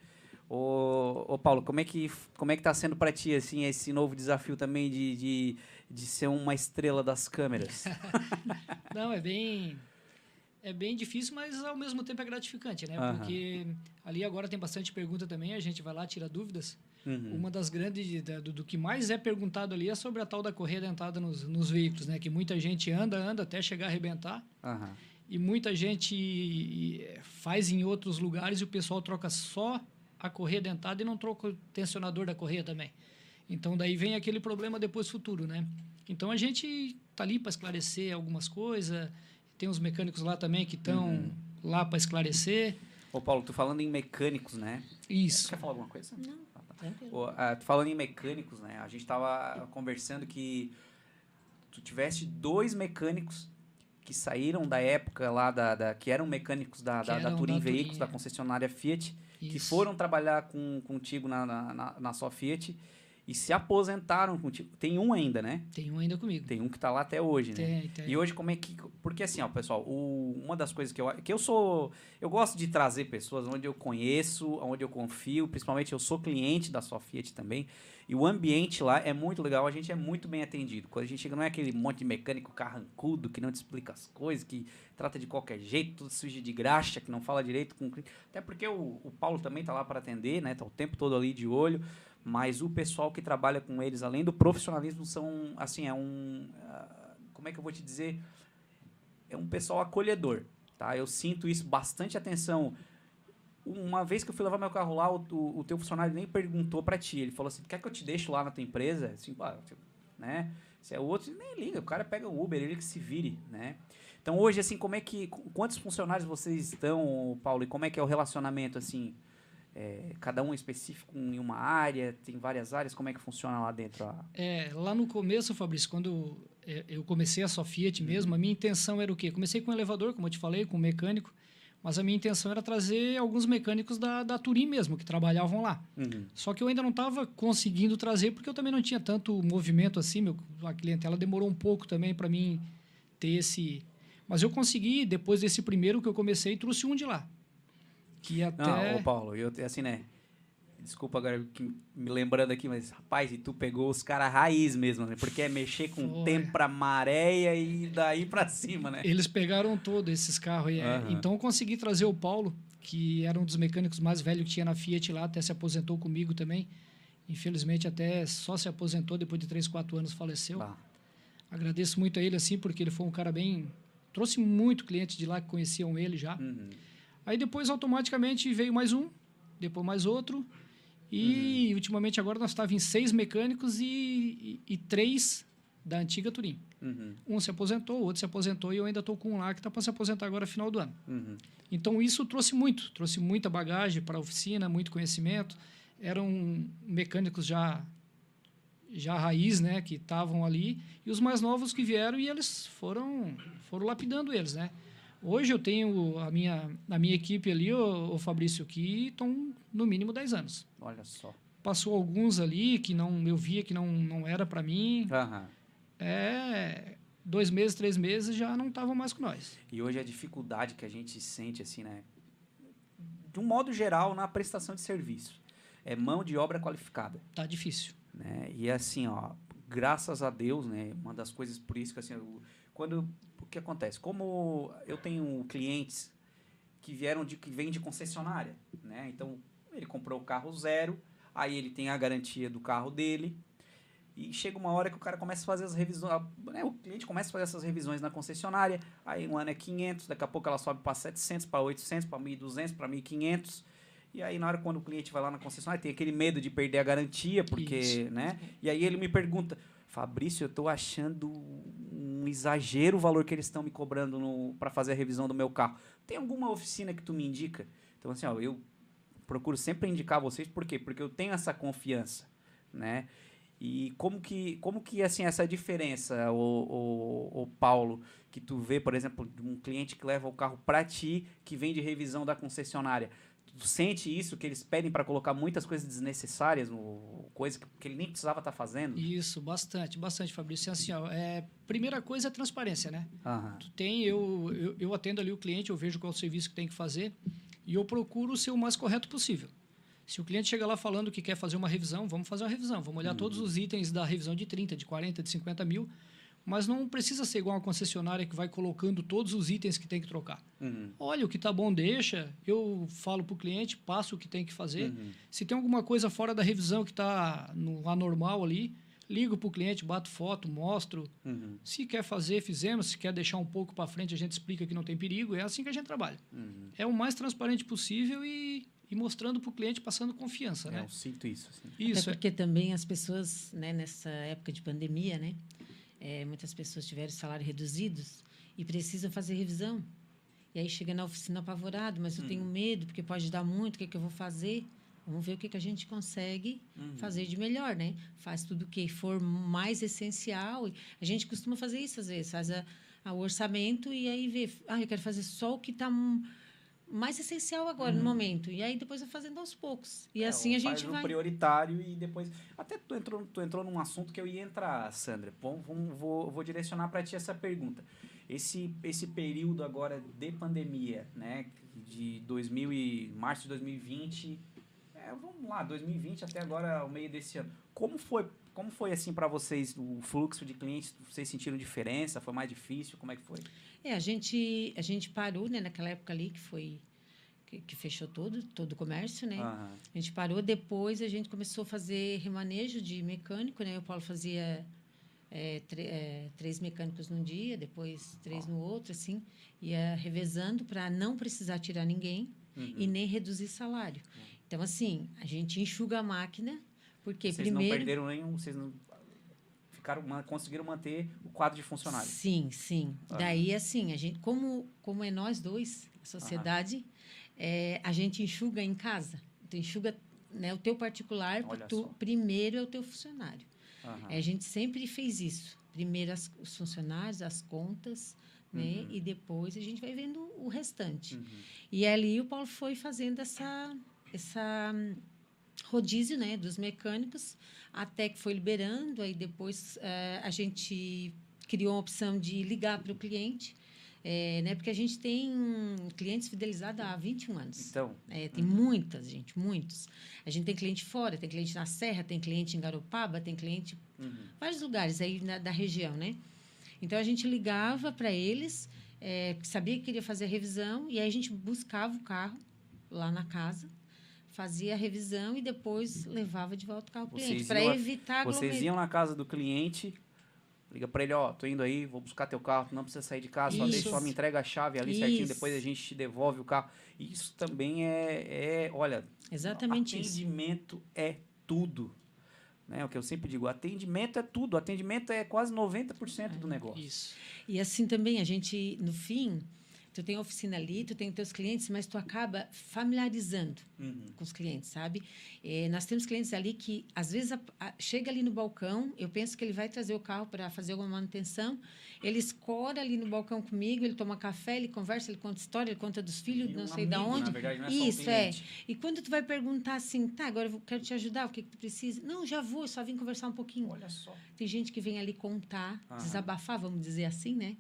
Ô, ô Paulo, como é que como é que tá sendo para ti assim esse novo desafio também de, de, de ser uma estrela das câmeras? Não, é bem é bem difícil, mas ao mesmo tempo é gratificante, né? Uhum. Porque ali agora tem bastante pergunta também, a gente vai lá tira dúvidas. Uhum. Uma das grandes da, do, do que mais é perguntado ali é sobre a tal da correia dentada nos, nos veículos, né? Que muita gente anda, anda até chegar a arrebentar. Uhum. E muita gente faz em outros lugares e o pessoal troca só a correia dentada e não troca o tensionador da correia também. Então, daí vem aquele problema depois futuro, né? Então, a gente tá ali para esclarecer algumas coisas. Tem os mecânicos lá também que estão uhum. lá para esclarecer. Ô, Paulo, tu falando em mecânicos, né? Isso. Quer falar alguma coisa? Não, ah, tá. tranquilo. Ô, uh, tu falando em mecânicos, né? A gente tava conversando que tu tiveste dois mecânicos que saíram da época lá, da, da que eram mecânicos da, da, da Turim Veículos, da concessionária Fiat, Isso. que foram trabalhar com, contigo na, na, na, na sua Fiat e se aposentaram contigo. Tem um ainda, né? Tem um ainda comigo. Tem um que tá lá até hoje, tem, né? Tem. E hoje como é que... Porque assim, ó, pessoal, o, uma das coisas que eu... Que eu sou... Eu gosto de trazer pessoas onde eu conheço, onde eu confio, principalmente eu sou cliente da sua Fiat também. E o ambiente lá é muito legal, a gente é muito bem atendido. Quando a gente chega, não é aquele monte de mecânico carrancudo que não te explica as coisas, que trata de qualquer jeito, tudo sujo de graxa, que não fala direito com o cliente. Até porque o, o Paulo também tá lá para atender, né? Tá o tempo todo ali de olho. Mas o pessoal que trabalha com eles, além do profissionalismo, são, assim, é um... Uh, como é que eu vou te dizer? É um pessoal acolhedor, tá? Eu sinto isso, bastante atenção. Uma vez que eu fui levar meu carro lá, o, o, o teu funcionário nem perguntou pra ti. Ele falou assim, quer que eu te deixe lá na tua empresa? Assim, ah, né? Se é outro, nem liga. O cara pega o Uber, ele que se vire, né? Então, hoje, assim, como é que... Quantos funcionários vocês estão, Paulo? E como é que é o relacionamento, assim... É, cada um é específico em uma área, tem várias áreas, como é que funciona lá dentro? A... É, lá no começo, Fabrício, quando eu comecei a só Fiat mesmo, a minha intenção era o quê? Comecei com um elevador, como eu te falei, com um mecânico, mas a minha intenção era trazer alguns mecânicos da, da Turim mesmo, que trabalhavam lá. Uhum. Só que eu ainda não estava conseguindo trazer, porque eu também não tinha tanto movimento assim, meu, a clientela demorou um pouco também para mim ter esse... Mas eu consegui, depois desse primeiro que eu comecei, trouxe um de lá. Que até... Não, ô Paulo, eu assim, né? Desculpa agora que me lembrando aqui, mas rapaz, e tu pegou os caras raiz mesmo, né? Porque é mexer com Foi. tempra, maréia e daí pra cima, né? Eles pegaram todo esses carros. E, é, Aham. então eu consegui trazer o Paulo, que era um dos mecânicos mais velhos que tinha na Fiat lá, até se aposentou comigo também. Infelizmente até só se aposentou, depois de três, quatro anos faleceu. Bah. Agradeço muito a ele assim, porque ele foi um cara bem... Trouxe muito cliente de lá que conheciam ele já. Uhum. Aí depois automaticamente veio mais um, depois mais outro. E Uhum. ultimamente agora nós estávamos em seis mecânicos e, e, e três da antiga Turim. Uhum. Um se aposentou, o outro se aposentou e eu ainda estou com um lá que está para se aposentar agora no final do ano. Uhum. Então isso trouxe muito, trouxe muita bagagem para a oficina, muito conhecimento. Eram mecânicos já já raiz, né, que estavam ali, e os mais novos que vieram e eles foram foram lapidando eles, né? Hoje eu tenho a minha a minha equipe ali, o, o Fabrício, que estão no mínimo dez anos. Olha só. Passou alguns ali que não eu via que não não era para mim. Aham. É, dois meses, três meses já não estavam mais com nós. E hoje a dificuldade que a gente sente, assim, né? De um modo geral, na prestação de serviço. É mão de obra qualificada. Tá difícil. Né? E assim, ó, graças a Deus, né? Uma das coisas por isso que assim, eu, quando o que acontece? Como eu tenho clientes que vieram de que vêm de concessionária, né? Então ele comprou o carro zero, aí ele tem a garantia do carro dele e chega uma hora que o cara começa a fazer as revisões, né? O cliente começa a fazer essas revisões na concessionária, aí um ano é quinhentos, daqui a pouco ela sobe para setecentos, para oitocentos, para mil e duzentos, para mil e quinhentos. E aí, na hora quando o cliente vai lá na concessionária, tem aquele medo de perder a garantia, porque, Isso. né? E aí ele me pergunta, Fabrício, eu tô achando um exagero o valor que eles estão me cobrando para fazer a revisão do meu carro. Tem alguma oficina que tu me indica? Então, assim, ó, eu procuro sempre indicar vocês, por quê? Porque eu tenho essa confiança, né? E como que, como que assim, essa diferença, o, o, o Paulo, que tu vê, por exemplo, de um cliente que leva o carro para ti, que vem de revisão da concessionária, tu sente isso, que eles pedem para colocar muitas coisas desnecessárias, no, coisa que, que ele nem precisava estar fazendo? Isso, bastante, bastante, Fabrício. Assim, ó, é, primeira coisa é transparência, né? Aham. Tu tem, eu, eu, eu atendo ali o cliente, eu vejo qual é o serviço que tem que fazer e eu procuro ser o mais correto possível. Se o cliente chega lá falando que quer fazer uma revisão, vamos fazer uma revisão. Vamos olhar uhum. todos os itens da revisão de trinta, de quarenta, de cinquenta mil, mas não precisa ser igual uma concessionária que vai colocando todos os itens que tem que trocar. Uhum. Olha, o que está bom deixa, eu falo para o cliente, passo o que tem que fazer. Uhum. Se tem alguma coisa fora da revisão que está no anormal ali, ligo para o cliente, bato foto, mostro. Uhum. Se quer fazer, fizemos. Se quer deixar um pouco para frente, a gente explica que não tem perigo. É assim que a gente trabalha. Uhum. É o mais transparente possível e, e mostrando para o cliente, passando confiança. É, né? Eu sinto isso. Assim. Isso. Até porque é. também as pessoas, né, nessa época de pandemia, né, é, muitas pessoas tiveram salário reduzidos e precisam fazer revisão. E aí chega na oficina apavorado, mas eu hum. tenho medo, porque pode dar muito, o que, é que eu vou fazer? Vamos ver o que, que a gente consegue uhum. fazer de melhor, né? Faz tudo o que for mais essencial. A gente costuma fazer isso às vezes, faz a, a, o orçamento e aí vê, ah, eu quero fazer só o que está mais essencial agora, uhum. no momento. E aí depois vai fazendo aos poucos. E é, assim a gente vai... prioritário e depois... Até tu entrou, tu entrou num assunto que eu ia entrar, Sandra. Bom, vou, vou, vou direcionar para ti essa pergunta. Esse, esse período agora de pandemia, né? De dois mil e, março de dois mil e vinte... É, vamos lá, dois mil e vinte até agora, o meio desse ano. Como foi, como foi assim para vocês, o fluxo de clientes? Vocês sentiram diferença? Foi mais difícil? Como é que foi? É, a gente, a gente parou, né, naquela época ali que foi... Que, que fechou todo, todo o comércio, né? Uhum. A gente parou, depois a gente começou a fazer remanejo de mecânico, né? O Paulo fazia é, tre, é, três mecânicos num dia, depois três oh. no outro, assim. Ia revezando para não precisar tirar ninguém uhum. e nem reduzir salário. Uhum. Então, assim, a gente enxuga a máquina, porque vocês primeiro... Vocês não perderam nenhum... Vocês não ficaram, conseguiram manter o quadro de funcionários? Sim, sim. Uhum. Daí, assim, a gente, como, como é nós dois, a sociedade... Uhum. É, a gente enxuga em casa. tu enxuga, né, o teu particular, Olha tu só. primeiro é o teu funcionário. Aham. É, a gente sempre fez isso. Primeiro as, os funcionários, as contas, né? Uhum. E depois a gente vai vendo o restante. Uhum. E ali o Paulo foi fazendo essa, essa hum, rodízio, né, dos mecânicos, até que foi liberando. Aí depois eh, a gente criou uma opção de ligar para o cliente, eh, né, porque a gente tem clientes fidelizados há vinte e um anos. Então, É, tem muitas, gente, muitos. A gente tem cliente fora, tem cliente na Serra, tem cliente em Garopaba, tem cliente uhum. em vários lugares aí na, da região, né? Então, a gente ligava para eles, é, sabia que queria fazer a revisão, e aí a gente buscava o carro lá na casa, fazia a revisão e depois levava de volta o carro para o cliente, Vocês para iam a- evitar Vocês aglomeração. iam na casa do cliente, liga pra ele, ó, tô indo aí, vou buscar teu carro, tu não precisa sair de casa, só, Isso. deixa, só me entrega a chave ali certinho, Isso. depois a gente te devolve o carro. Isso também é, é olha, Exatamente isso. atendimento é tudo. Né? O que eu sempre digo, atendimento é tudo, atendimento é quase noventa por cento do negócio. Isso. E assim também, a gente, no fim, tu tem a oficina ali, tu tem os teus clientes, mas tu acaba familiarizando Uhum. com os clientes, sabe? Eh, nós temos clientes ali que, às vezes, a, a, chega ali no balcão, eu penso que ele vai trazer o carro para fazer alguma manutenção, ele escora ali no balcão comigo, ele toma café, ele conversa, ele conta história, ele conta dos filhos, E não um sei de amigo, onde. na verdade, não é só um Isso, é. cliente. E quando tu vai perguntar assim, tá, agora eu vou- quero te ajudar, o que, que tu precisa? Não, já vou, eu só vim conversar um pouquinho. Olha só. Tem gente que vem ali contar, Aham. desabafar, vamos dizer assim, né?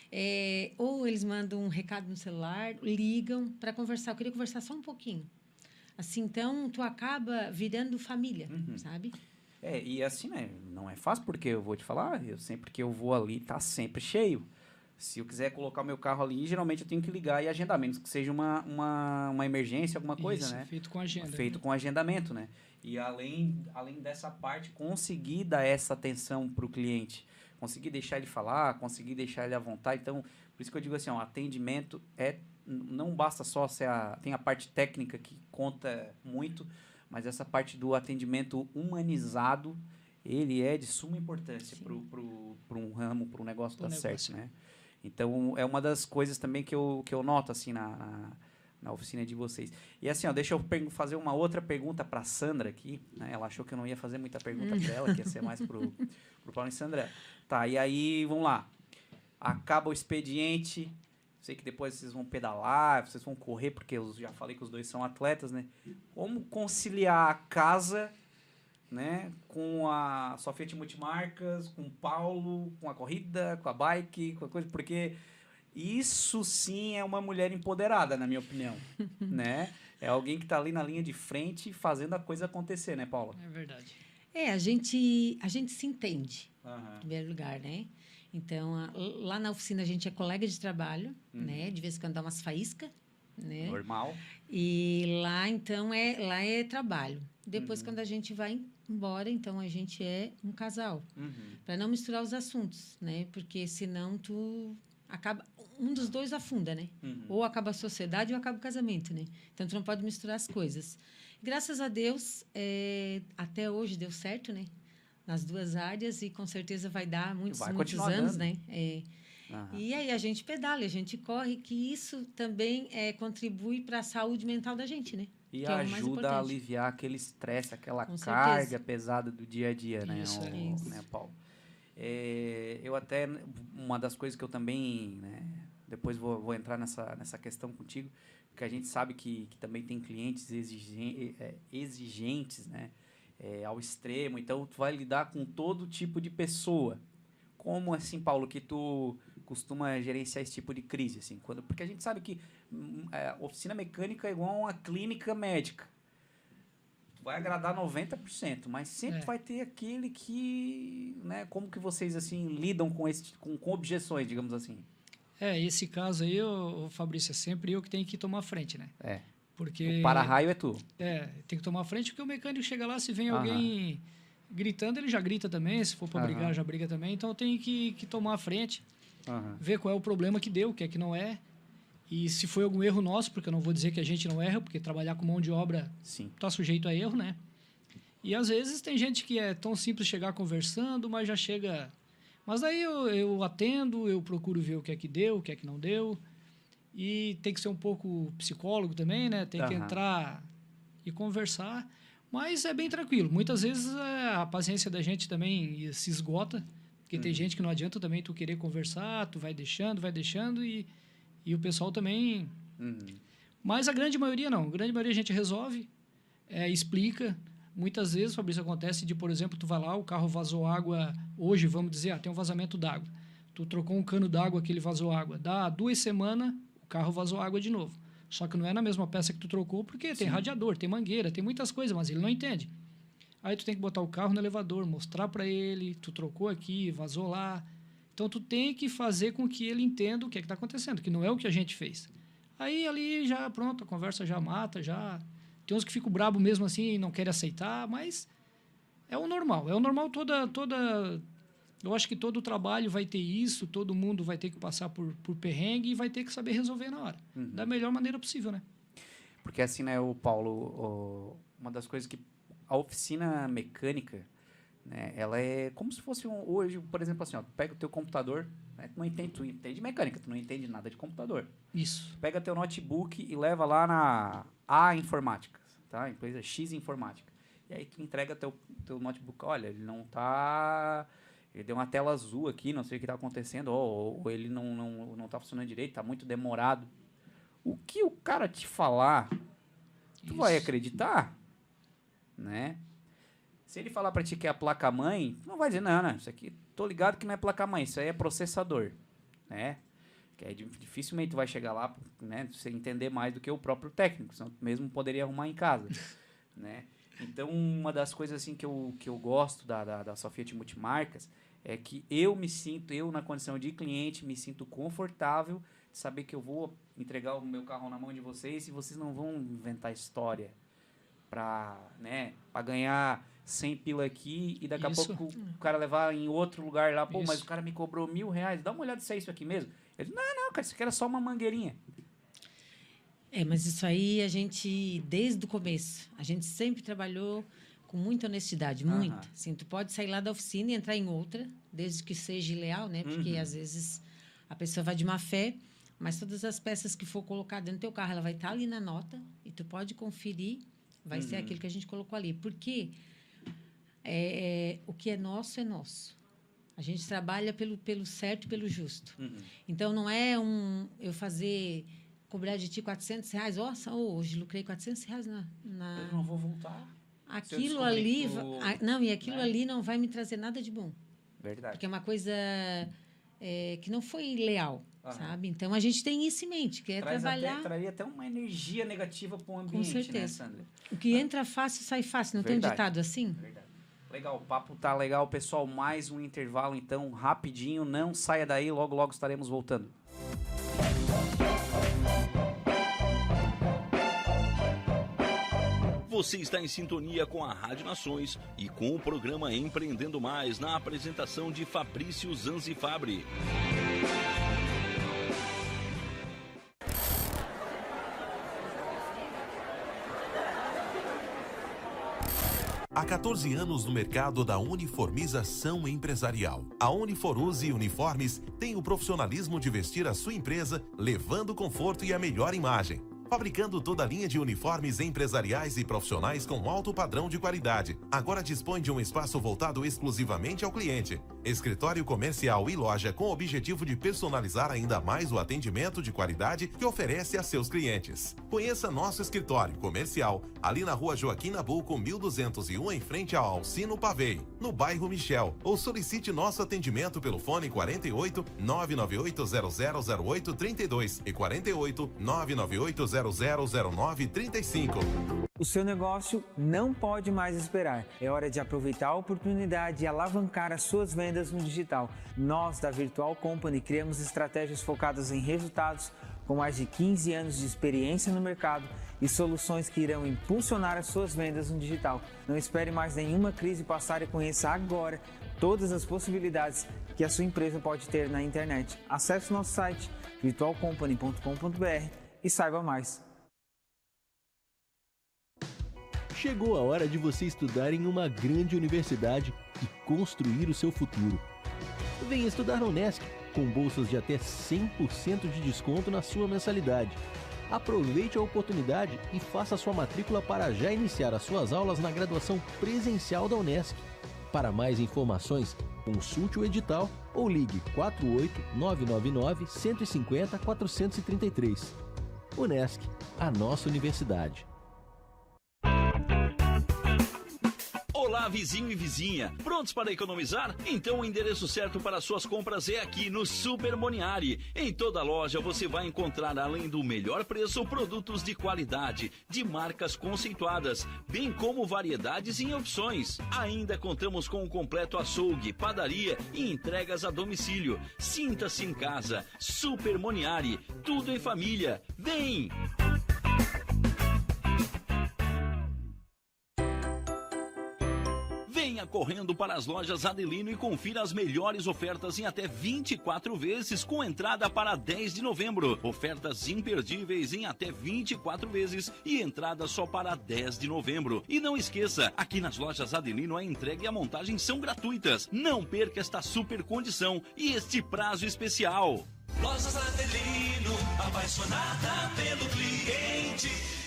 É, ou eles mandam um recado no celular, ligam para conversar. Eu queria conversar só um pouquinho. Assim, então, tu acaba virando família, Uhum. sabe? É, e assim, né, não é fácil porque eu vou te falar, eu sempre que eu vou ali, tá sempre cheio. Se eu quiser colocar o meu carro ali, geralmente eu tenho que ligar e agendar, menos que seja uma, uma, uma emergência, alguma coisa, Isso, né? feito com agenda. Feito com agendamento, né? E além, além dessa parte, conseguir dar essa atenção para o cliente. Conseguir deixar ele falar, conseguir deixar ele à vontade. Então, por isso que eu digo assim, ó, atendimento é... Não basta só ser a... Tem a parte técnica que conta muito, mas essa parte do atendimento humanizado, ele é de suma importância para pro, pro um ramo, para um negócio Pro dar negócio. certo, né? Então, é uma das coisas também que eu, que eu noto, assim, na... na na oficina de vocês. E assim, ó, deixa eu per- fazer uma outra pergunta para Sandra aqui, né? Ela achou que eu não ia fazer muita pergunta para ela, que ia ser mais pro, pro Paulo e Sandra. Tá, e aí, vamos lá. Acaba o expediente, sei que depois vocês vão pedalar, vocês vão correr, porque eu já falei que os dois são atletas, né? Como conciliar a casa, né, com a sua Fiat Multimarcas, com o Paulo, com a corrida, com a bike, com a coisa, porque... Isso sim é uma mulher empoderada, na minha opinião, né? É alguém que está ali na linha de frente fazendo a coisa acontecer, né, Paula? É verdade. É, a gente, a gente se entende, Aham. em primeiro lugar, né? Então, a- lá na oficina a gente é colega de trabalho, Uhum. né? De vez em quando dá umas faíscas, né? Normal. E lá, então, é, lá é trabalho. Depois, Uhum. quando a gente vai embora, então, a gente é um casal. Uhum. Para não misturar os assuntos, né? Porque senão tu acaba... Um dos dois afunda, né? Uhum. Ou acaba a sociedade ou acaba o casamento, né? Então, tu não pode misturar as coisas. Graças a Deus, é, até hoje deu certo, né? Nas duas áreas e com certeza vai dar muitos, Vai muitos continuar anos, dando. né? É. Aham. E aí a gente pedala, a gente corre, que isso também é, contribui para a saúde mental da gente, né? E que é o mais ajuda a importante. aliviar aquele estresse, aquela Com carga certeza. pesada do dia a dia, né, Isso, o- é isso. né, Paulo? É, eu até, uma das coisas que eu também, né, depois vou, vou entrar nessa, nessa questão contigo, porque a gente sabe que, que também tem clientes exigen, é, exigentes, né, é, ao extremo, então tu vai lidar com todo tipo de pessoa. Como assim, Paulo, que tu costuma gerenciar esse tipo de crise, assim, quando, porque a gente sabe que hum, é, oficina mecânica é igual a uma clínica médica. Vai agradar noventa por cento, mas sempre É. vai ter aquele que, né, como que vocês assim lidam com esse com, com objeções, digamos assim. É, esse caso aí, ô, ô, Fabrício, é sempre eu que tenho que tomar frente, né? É. Porque... O para-raio é tu. É, tem que tomar frente porque o mecânico chega lá, se vem Aham. alguém gritando, ele já grita também, se for para Aham. brigar, já briga também. Então eu tenho que, que tomar a frente, Aham. ver qual é o problema que deu, o que é que não é. E se foi algum erro nosso, porque eu não vou dizer que a gente não erra, porque trabalhar com mão de obra Sim. está sujeito a erro, né? E às vezes tem gente que é tão simples chegar conversando, mas já chega... Mas daí eu, eu atendo, eu procuro ver o que é que deu, o que é que não deu. E tem que ser um pouco psicólogo também, né? Tem que Aham. entrar e conversar, mas é bem tranquilo. Muitas vezes é, a paciência da gente também se esgota, porque uhum. tem gente que não adianta também tu querer conversar, tu vai deixando, vai deixando e, e o pessoal também... Uhum. Mas a grande maioria não. A grande maioria a gente resolve, é, explica. Muitas vezes, Fabrício, acontece de, por exemplo, tu vai lá, o carro vazou água hoje, vamos dizer, ah, tem um vazamento d'água. Tu trocou um cano d'água que ele vazou água. Dá duas semanas, o carro vazou água de novo. Só que não é na mesma peça que tu trocou, porque Sim. tem radiador, tem mangueira, tem muitas coisas, mas ele não entende. Aí tu tem que botar o carro no elevador, mostrar para ele, tu trocou aqui, vazou lá. Então, tu tem que fazer com que ele entenda o que é que está acontecendo, que não é o que a gente fez. Aí, ali, já, pronto, a conversa já mata, já... Tem uns que ficam brabo mesmo assim e não querem aceitar, mas é o normal. É o normal toda... toda eu acho que todo o trabalho vai ter isso, todo mundo vai ter que passar por, por perrengue e vai ter que saber resolver na hora. Uhum. Da melhor maneira possível, né? Porque assim, né, o Paulo, o, uma das coisas que... A oficina mecânica, né, ela é como se fosse um... Hoje, por exemplo, assim, ó, pega o teu computador, né, tu não entende, tu entende mecânica, tu não entende nada de computador. Isso. Pega teu notebook e leva lá na A Informática, tá? Empresa X Informática. E aí tu entrega teu, teu notebook, olha, ele não tá... Ele deu uma tela azul aqui, não sei o que está acontecendo, ou, ou ele não, não, não tá funcionando direito, está muito demorado. O que o cara te falar, tu Isso. vai acreditar, né? Se ele falar para ti que é a placa-mãe, tu não vai dizer, não, não, isso aqui, tô ligado que não é placa-mãe, isso aí é processador, né? Que aí dificilmente tu vai chegar lá, né, você entender mais do que o próprio técnico, senão tu mesmo poderia arrumar em casa, né? Então, uma das coisas assim que eu, que eu gosto da, da, da Sofiat Multimarcas é que eu me sinto, eu na condição de cliente, me sinto confortável de saber que eu vou entregar o meu carro na mão de vocês e vocês não vão inventar história para, né, para ganhar cem pila aqui e daqui isso. a pouco o cara levar em outro lugar lá, pô, isso. mas o cara me cobrou mil reais, dá uma olhada se é isso aqui mesmo. Ele, não, não, cara, isso aqui era só uma mangueirinha. É, mas isso aí a gente, desde o começo, a gente sempre trabalhou com muita honestidade, muito. Uhum. Assim, tu pode sair lá da oficina e entrar em outra, desde que seja leal, né? Porque, uhum. às vezes, a pessoa vai de má fé, mas todas as peças que for colocar dentro do teu carro, ela vai estar ali na nota e tu pode conferir, vai uhum. ser aquilo que a gente colocou ali. Porque é, é, o que é nosso é nosso. A gente trabalha pelo, pelo certo e pelo justo. Uhum. Então, não é um eu fazer... cobrar de ti quatrocentos reais, nossa, hoje lucrei quatrocentos reais na... na... Eu não vou voltar. Aquilo ali... Tu... A, não, e aquilo né? ali não vai me trazer nada de bom. Verdade. Porque é uma coisa é, que não foi leal, Aham. sabe? Então, a gente tem isso em mente, que é Traz trabalhar... Até, traria até uma energia negativa para o ambiente, com certeza. Né, Sandra? O que ah. entra fácil, sai fácil. Não Verdade. Tem um ditado assim? Verdade. Legal, o papo tá legal, pessoal. Mais um intervalo, então, rapidinho. Não saia daí, logo, logo estaremos voltando. Você está em sintonia com a Rádio Nações e com o programa Empreendendo Mais, na apresentação de Fabrício Zanzifabri. Há quatorze anos no mercado da uniformização empresarial. A Uniforuse Uniformes tem o profissionalismo de vestir a sua empresa, levando conforto e a melhor imagem. Fabricando toda a linha de uniformes empresariais e profissionais com alto padrão de qualidade. Agora dispõe de um espaço voltado exclusivamente ao cliente. Escritório comercial e loja com o objetivo de personalizar ainda mais o atendimento de qualidade que oferece a seus clientes. Conheça nosso escritório comercial ali na rua Joaquim Nabuco, mil duzentos e um, em frente ao Alcino Pavei, no bairro Michel. Ou solicite nosso atendimento pelo fone quarenta e oito, nove nove oito zero zero zero oito três dois e quarenta e oito, nove nove oito zero zero zero nove três cinco. O seu negócio não pode mais esperar. É hora de aproveitar a oportunidade e alavancar as suas vendas no digital. Nós, da Virtual Company, criamos estratégias focadas em resultados com mais de quinze anos de experiência no mercado e soluções que irão impulsionar as suas vendas no digital. Não espere mais nenhuma crise passar e conheça agora todas as possibilidades que a sua empresa pode ter na internet. Acesse o nosso site virtual company ponto com ponto b r e saiba mais. Chegou a hora de você estudar em uma grande universidade e construir o seu futuro. Venha estudar na Unesc, com bolsas de até cem por cento de desconto na sua mensalidade. Aproveite a oportunidade e faça sua matrícula para já iniciar as suas aulas na graduação presencial da Unesc. Para mais informações, consulte o edital ou ligue quatro oito nove nove nove, um cinco zero, quatro três três. Unesc, a nossa universidade. Olá, vizinho e vizinha. Prontos para economizar? Então o endereço certo para suas compras é aqui no Super Moniari. Em toda loja você vai encontrar, além do melhor preço, produtos de qualidade, de marcas conceituadas, bem como variedades e opções. Ainda contamos com um completo açougue, padaria e entregas a domicílio. Sinta-se em casa. Super Moniari. Tudo em família. Vem! Venha correndo para as lojas Adelino e confira as melhores ofertas em até vinte e quatro vezes com entrada para dez de novembro. Ofertas imperdíveis em até vinte e quatro vezes e entrada só para dez de novembro. E não esqueça, aqui nas lojas Adelino a entrega e a montagem são gratuitas. Não perca esta super condição e este prazo especial. Lojas Adelino, apaixonada pelo cliente.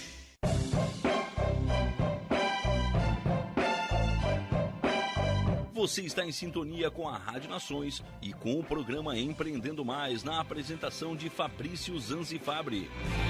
Você está em sintonia com a Rádio Nações e com o programa Empreendendo Mais, na apresentação de Fabrício Zanzifabri.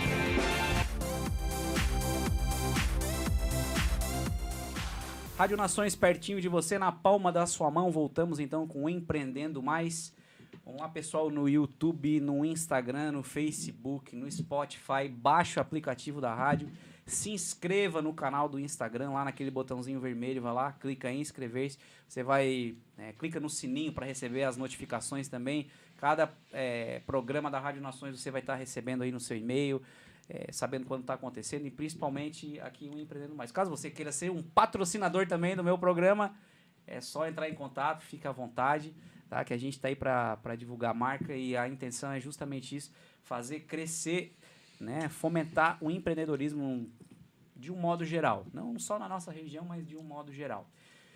Rádio Nações pertinho de você, na palma da sua mão. Voltamos então com o Empreendendo Mais. Vamos lá, pessoal, no YouTube, no Instagram, no Facebook, no Spotify. Baixe o aplicativo da rádio. Se inscreva no canal do Instagram, lá naquele botãozinho vermelho, vai lá, clica em inscrever-se. Você vai, é, clica no sininho para receber as notificações também. Cada é, programa da Rádio Nações você vai estar recebendo aí no seu e-mail, é, sabendo quando está acontecendo e principalmente aqui o Empreendendo Mais. Caso você queira ser um patrocinador também do meu programa, é só entrar em contato, fica à vontade, tá? Que a gente está aí para divulgar a marca e a intenção é justamente isso, fazer crescer, né, fomentar o empreendedorismo de um modo geral, não só na nossa região, mas de um modo geral.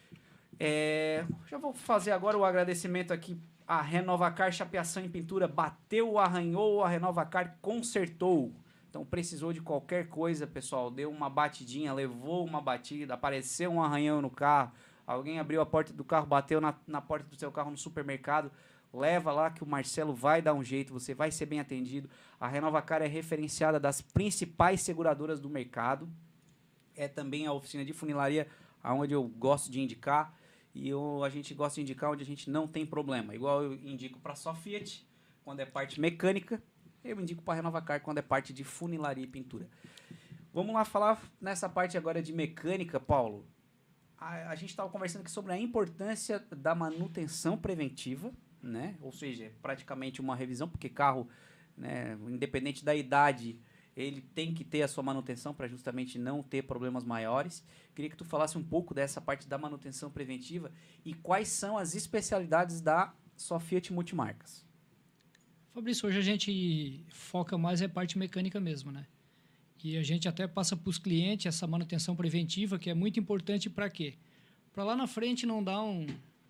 É, já vou fazer agora o agradecimento aqui à Renovacar Chapeação em Pintura. Bateu, arranhou, a Renovacar consertou. Então precisou de qualquer coisa, pessoal, deu uma batidinha, levou uma batida, apareceu um arranhão no carro, alguém abriu a porta do carro, bateu na, na porta do seu carro no supermercado, leva lá que o Marcelo vai dar um jeito, você vai ser bem atendido. A Renovacar é referenciada das principais seguradoras do mercado. É também a oficina de funilaria, onde eu gosto de indicar. E eu, a gente gosta de indicar onde a gente não tem problema. Igual eu indico para a só Fiat, quando é parte mecânica. Eu indico para a Renovacar quando é parte de funilaria e pintura. Vamos lá falar nessa parte agora de mecânica, Paulo. A, a gente estava conversando aqui sobre a importância da manutenção preventiva, né? Ou seja, praticamente uma revisão, porque carro, né, independente da idade, ele tem que ter a sua manutenção para justamente não ter problemas maiores. Queria que tu falasse um pouco dessa parte da manutenção preventiva e quais são as especialidades da só Fiat Multimarcas. Fabrício, hoje a gente foca mais é a parte mecânica mesmo, né? E a gente até passa para os clientes essa manutenção preventiva, que é muito importante para quê? Para lá na frente não dar um...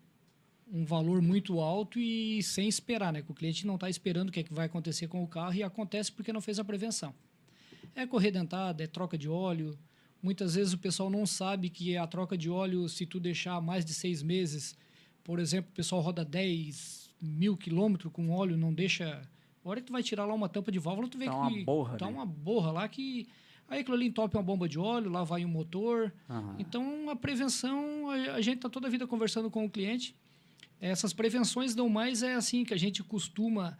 um valor muito alto e sem esperar, né? Que o cliente não está esperando o que, é que vai acontecer com o carro e acontece porque não fez a prevenção. É correia dentada, é troca de óleo. Muitas vezes o pessoal não sabe que a troca de óleo, se tu deixar mais de seis meses, por exemplo, o pessoal roda dez mil quilômetros com óleo, não deixa... A hora que tu vai tirar lá uma tampa de válvula, tu vê tá que... Uma borra, tá né? uma borra lá que... Aí aquilo ali entope uma bomba de óleo, lá vai o motor. Uhum. Então, a prevenção, a, a gente está toda a vida conversando com o cliente. Essas prevenções dão mais, é assim, que a gente costuma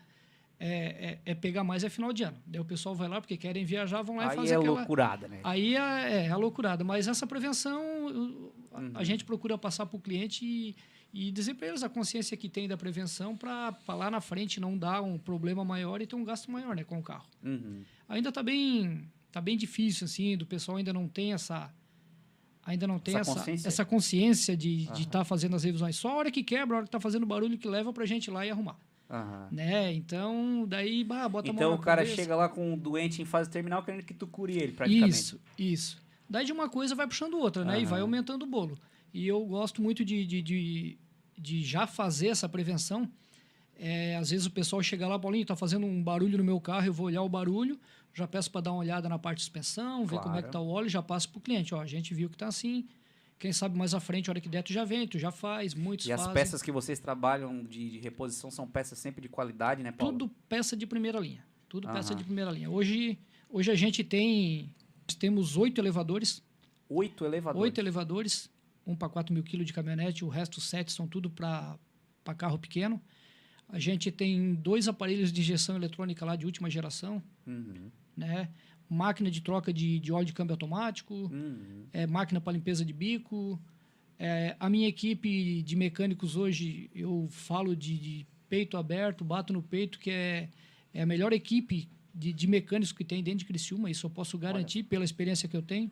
é, é, é pegar mais é final de ano. Daí o pessoal vai lá, porque querem viajar, vão lá Aí e fazem é aquela... loucurada, né? Aí é, é a loucurada. Mas essa prevenção, a, Uhum. a gente procura passar para o cliente e, e dizer para eles a consciência que tem da prevenção para lá na frente não dar um problema maior e ter um gasto maior, né, com o carro. Uhum. Ainda está bem, tá bem difícil, assim, do pessoal ainda não tem essa... Ainda não tem Essa essa, consciência? essa consciência de Aham. estar tá fazendo as revisões. Só a hora que quebra, a hora que está fazendo barulho que leva para a gente ir lá e arrumar. Aham. Né? Então, daí, bah, bota a mão Então na o cara cabeça. chega lá com um doente em fase terminal querendo que tu cure ele, praticamente. Isso, isso. Daí de uma coisa vai puxando outra, né? E vai Aham. aumentando o bolo. E eu gosto muito de, de, de, de já fazer essa prevenção É, às vezes o pessoal chega lá, Paulinho, tá fazendo um barulho no meu carro, eu vou olhar o barulho, já peço para dar uma olhada na parte de suspensão, ver Claro. como é que tá o óleo, já passo pro cliente. Ó, a gente viu que tá assim. Quem sabe mais à frente, a hora que der, tu já vem, tu já faz, muitos E as fazem. peças que vocês trabalham de, de reposição são peças sempre de qualidade, né, Paulo? Tudo peça de primeira linha. Tudo peça Aham. de primeira linha. Hoje, hoje a gente tem... Temos oito elevadores. Oito elevadores. Oito elevadores. Um para quatro mil quilos de caminhonete. O resto, sete, são tudo para carro pequeno. A gente tem dois aparelhos de injeção eletrônica lá de última geração. Uhum. Né? Máquina de troca de, de óleo de câmbio automático. Uhum. É, máquina para limpeza de bico. É, a minha equipe de mecânicos hoje, eu falo de, de peito aberto, bato no peito, que é, é a melhor equipe de, de mecânicos que tem dentro de Criciúma. Isso eu posso garantir. Olha, pela experiência que eu tenho.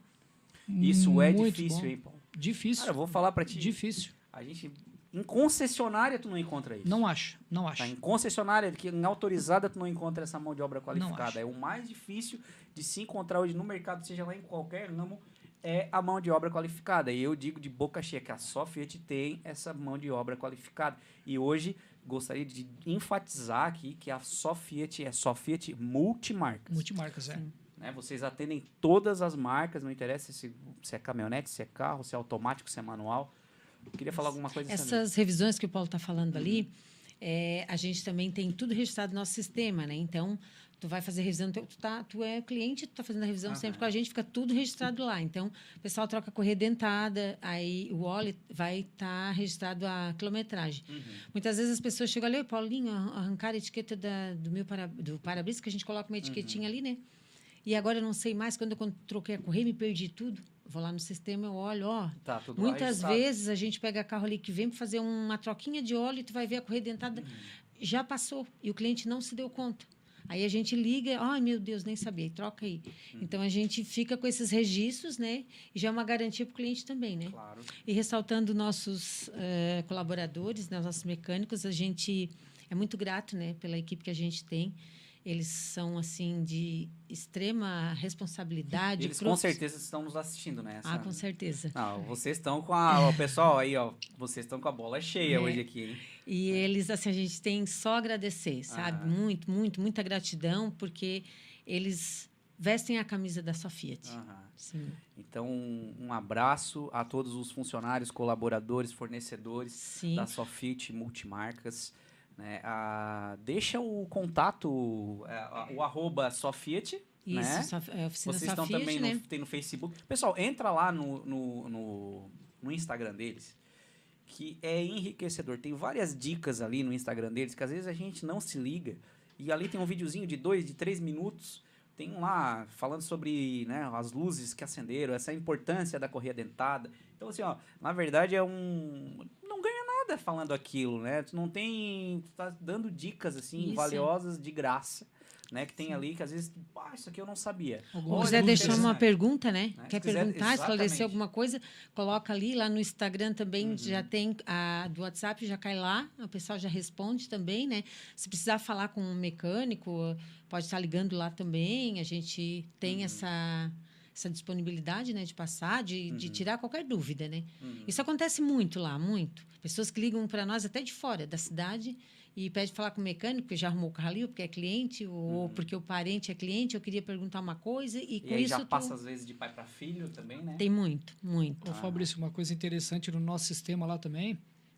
Isso é Muito difícil, bom. hein, Paulo? Difícil. Cara, eu vou falar pra ti. Difícil. A gente... Em concessionária, tu não encontra isso. Não acho, não acho. Tá, em concessionária, que em autorizada, tu não encontra essa mão de obra Não qualificada. acho. É o mais difícil de se encontrar hoje no mercado, seja lá em qualquer ramo, é a mão de obra qualificada. E eu digo de boca cheia que a só Fiat tem essa mão de obra qualificada. E hoje, gostaria de enfatizar aqui que a só Fiat é só Fiat multimarcas. Multimarcas, é. Né? Vocês atendem todas as marcas, não interessa se, se é caminhonete, se é carro, se é automático, se é manual. Eu queria falar alguma coisa Essas também. revisões que o Paulo está falando ali, é, a gente também tem tudo registrado no nosso sistema, né? Então, tu vai fazer revisão, tu, tá, tu é cliente, tu tá fazendo a revisão Aham. sempre com a gente, fica tudo registrado lá. Então, o pessoal troca a correia dentada, aí o óleo vai estar tá registrado a quilometragem. Uhum. Muitas vezes as pessoas chegam ali, Paulinho, arrancar a etiqueta da, do meu para, do para-brisa, que a gente coloca uma etiquetinha Uhum. ali, né? E agora eu não sei mais, quando eu quando troquei a correia, me perdi tudo. Vou lá no sistema, eu olho, ó. Tá, tudo lá Muitas registrado. vezes a gente pega carro ali que vem para fazer uma troquinha de óleo e tu vai ver a correia dentada, já passou. E o cliente não se deu conta. Aí a gente liga, ai meu Deus, nem sabia, e troca aí. Então a gente fica com esses registros, né? E já é uma garantia para o cliente também, né? Claro. E ressaltando nossos eh, colaboradores, né, nossos mecânicos, a gente é muito grato, né, pela equipe que a gente tem. Eles são, assim, de extrema responsabilidade. Eles prof- com certeza estão nos assistindo, né? Essa- Ah, com certeza. Não, vocês estão com a... O pessoal aí, ó. Vocês estão com a bola cheia É. hoje aqui, hein? E eles, assim, a gente tem só a agradecer, sabe? Ah. Muito, muito, muita gratidão, porque eles vestem a camisa da sua Fiat. Aham. Sim. Então, um, um abraço a todos os funcionários, colaboradores, fornecedores Sim. da Sofit Multimarcas. Né? Ah, deixa o contato, é, a- o arroba Sofiat, Isso, né? só, é a oficina Vocês sua estão Fiat, também né? no, tem no Facebook. Pessoal, entra lá no, no, no, no Instagram deles, que é enriquecedor. Tem várias dicas ali no Instagram deles, que às vezes a gente não se liga. E ali tem um videozinho de dois, de três minutos. Tem um lá falando sobre, né, as luzes que acenderam, essa importância da correia dentada. Então, assim, ó, na verdade é um... Não ganha nada falando aquilo, né? Tu não tem... Tu tá dando dicas, assim, Isso. valiosas de graça, né? Que tem ali, que às vezes, ah, isso aqui eu não sabia. Alguma Ou Olha, quiser muito deixar uma interessante. pergunta, né? Né? Quer Se quiser- perguntar, esclarecer exatamente. alguma coisa, coloca ali. Lá no Instagram também Uhum. já tem a do WhatsApp, já cai lá. O pessoal já responde também, né? Se precisar falar com um mecânico, pode estar ligando lá também. A gente tem Uhum. essa, essa disponibilidade, né? De passar, de, de Uhum. tirar qualquer dúvida, né? Uhum. Isso acontece muito lá, muito. Pessoas que ligam para nós até de fora da cidade e pedem falar com o mecânico, porque já arrumou o carro ali, ou porque é cliente, ou porque o parente é cliente, eu queria perguntar uma coisa, e, E com aí isso já tu- passa, às vezes, de pai para filho também, né? tem muito, muito. Ô, Fabrício, uma coisa interessante no nosso sistema lá também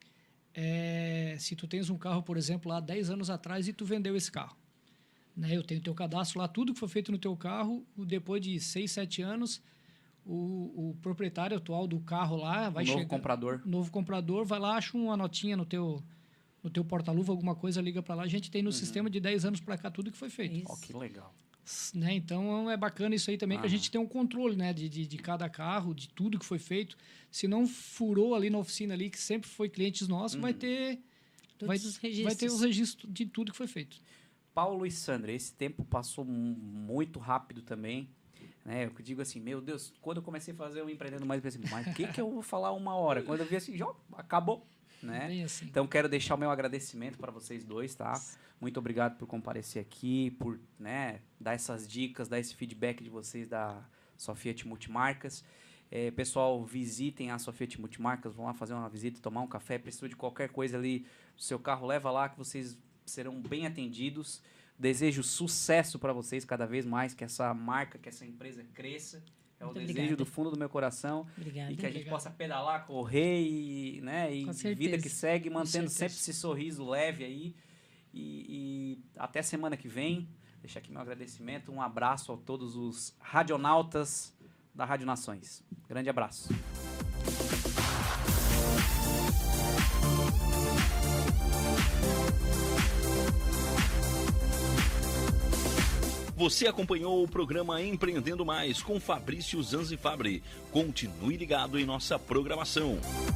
é se tu tens um carro, por exemplo, lá dez anos atrás e tu vendeu esse carro. Né? Eu tenho teu cadastro lá, tudo que foi feito no teu carro, o- depois de seis, sete anos, o, o proprietário atual do carro lá vai o novo chegar... comprador. novo comprador, vai lá, acha uma notinha no teu, no teu porta-luva, alguma coisa, liga para lá. A gente tem no sistema de dez anos para cá tudo que foi feito. Isso. Ó, que legal. S- Né? Então é bacana isso aí também, que a Ah. gente tem um controle, né, de, de, de cada carro, de tudo que foi feito. Se não furou ali na oficina ali, que sempre foi clientes nossos, vai ter Todos vai, os vai ter registros. os registros de tudo que foi feito. Paulo e Sandra, esse tempo passou mu- muito rápido também. Né? Eu digo assim, meu Deus, quando eu comecei a fazer o Empreendendo Mais, eu pensei, mas o que, que eu vou falar uma hora? Quando eu vi assim, já acabou. Né? Bem assim. Então, quero deixar o meu agradecimento para vocês dois, tá? Muito obrigado por comparecer aqui, por, né, dar essas dicas, dar esse feedback de vocês da Sofiat Multimarcas. É, pessoal, visitem a Sofiat Multimarcas, vão lá fazer uma visita, tomar um café, precisou de qualquer coisa ali, o seu carro leva lá que vocês serão bem atendidos. Desejo sucesso para vocês cada vez mais, que essa marca, que essa empresa cresça. É Muito o desejo obrigada. do fundo do meu coração. Obrigada. E que a gente Obrigado. possa pedalar, correr e, né, e Com vida que certeza. segue, mantendo certeza. sempre esse sorriso leve aí. E, e até semana que vem. Deixa aqui meu agradecimento. Um abraço a todos os radionautas da Rádio Nações. Grande abraço. Você acompanhou o programa Empreendendo Mais com Fabrício Zanzifabri. Continue ligado em nossa programação.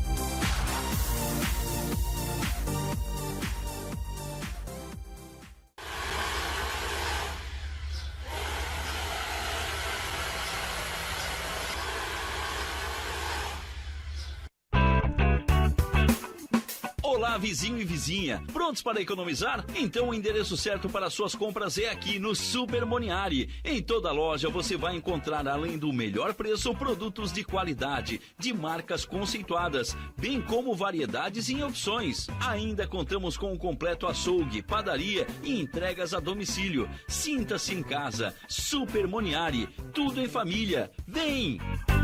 Olá, vizinho e vizinha. Prontos para economizar? Então o endereço certo para suas compras é aqui no Super Moniari. Em toda loja você vai encontrar, além do melhor preço, produtos de qualidade, de marcas conceituadas, bem como variedades em opções. Ainda contamos com um completo açougue, padaria e entregas a domicílio. Sinta-se em casa. Super Moniari. Tudo em família. Vem!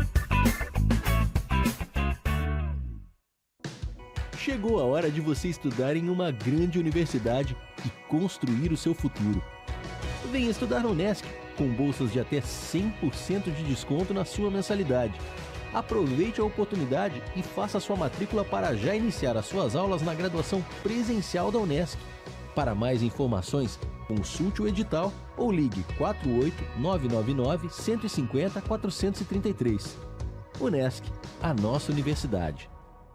Chegou a hora de você estudar em uma grande universidade e construir o seu futuro. Venha estudar na Unesc, com bolsas de até cem por cento de desconto na sua mensalidade. Aproveite a oportunidade e faça sua matrícula para já iniciar as suas aulas na graduação presencial da Unesc. Para mais informações, consulte o edital ou ligue quatro oito nove nove nove, um cinco zero, quatro três três. Unesc, a nossa universidade.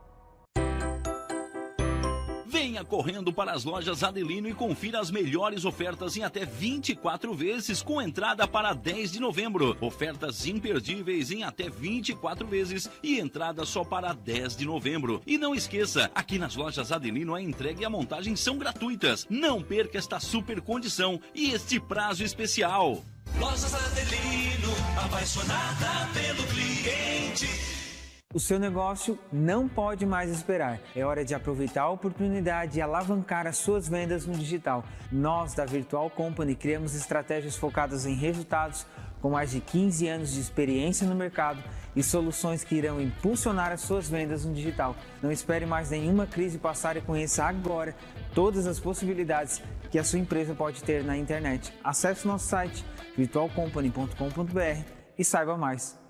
Venha correndo para as lojas Adelino e confira as melhores ofertas em até vinte e quatro vezes com entrada para dez de novembro. Ofertas imperdíveis em até vinte e quatro vezes e entrada só para dez de novembro. E não esqueça, aqui nas lojas Adelino a entrega e a montagem são gratuitas. Não perca esta super condição e este prazo especial. Lojas Adelino, apaixonada pelo cliente. O seu negócio não pode mais esperar. É hora de aproveitar a oportunidade e alavancar as suas vendas no digital. Nós, da Virtual Company, criamos estratégias focadas em resultados com mais de quinze anos de experiência no mercado e soluções que irão impulsionar as suas vendas no digital. Não espere mais nenhuma crise passar e conheça agora todas as possibilidades que a sua empresa pode ter na internet. Acesse nosso site virtual company ponto com ponto b r e saiba mais.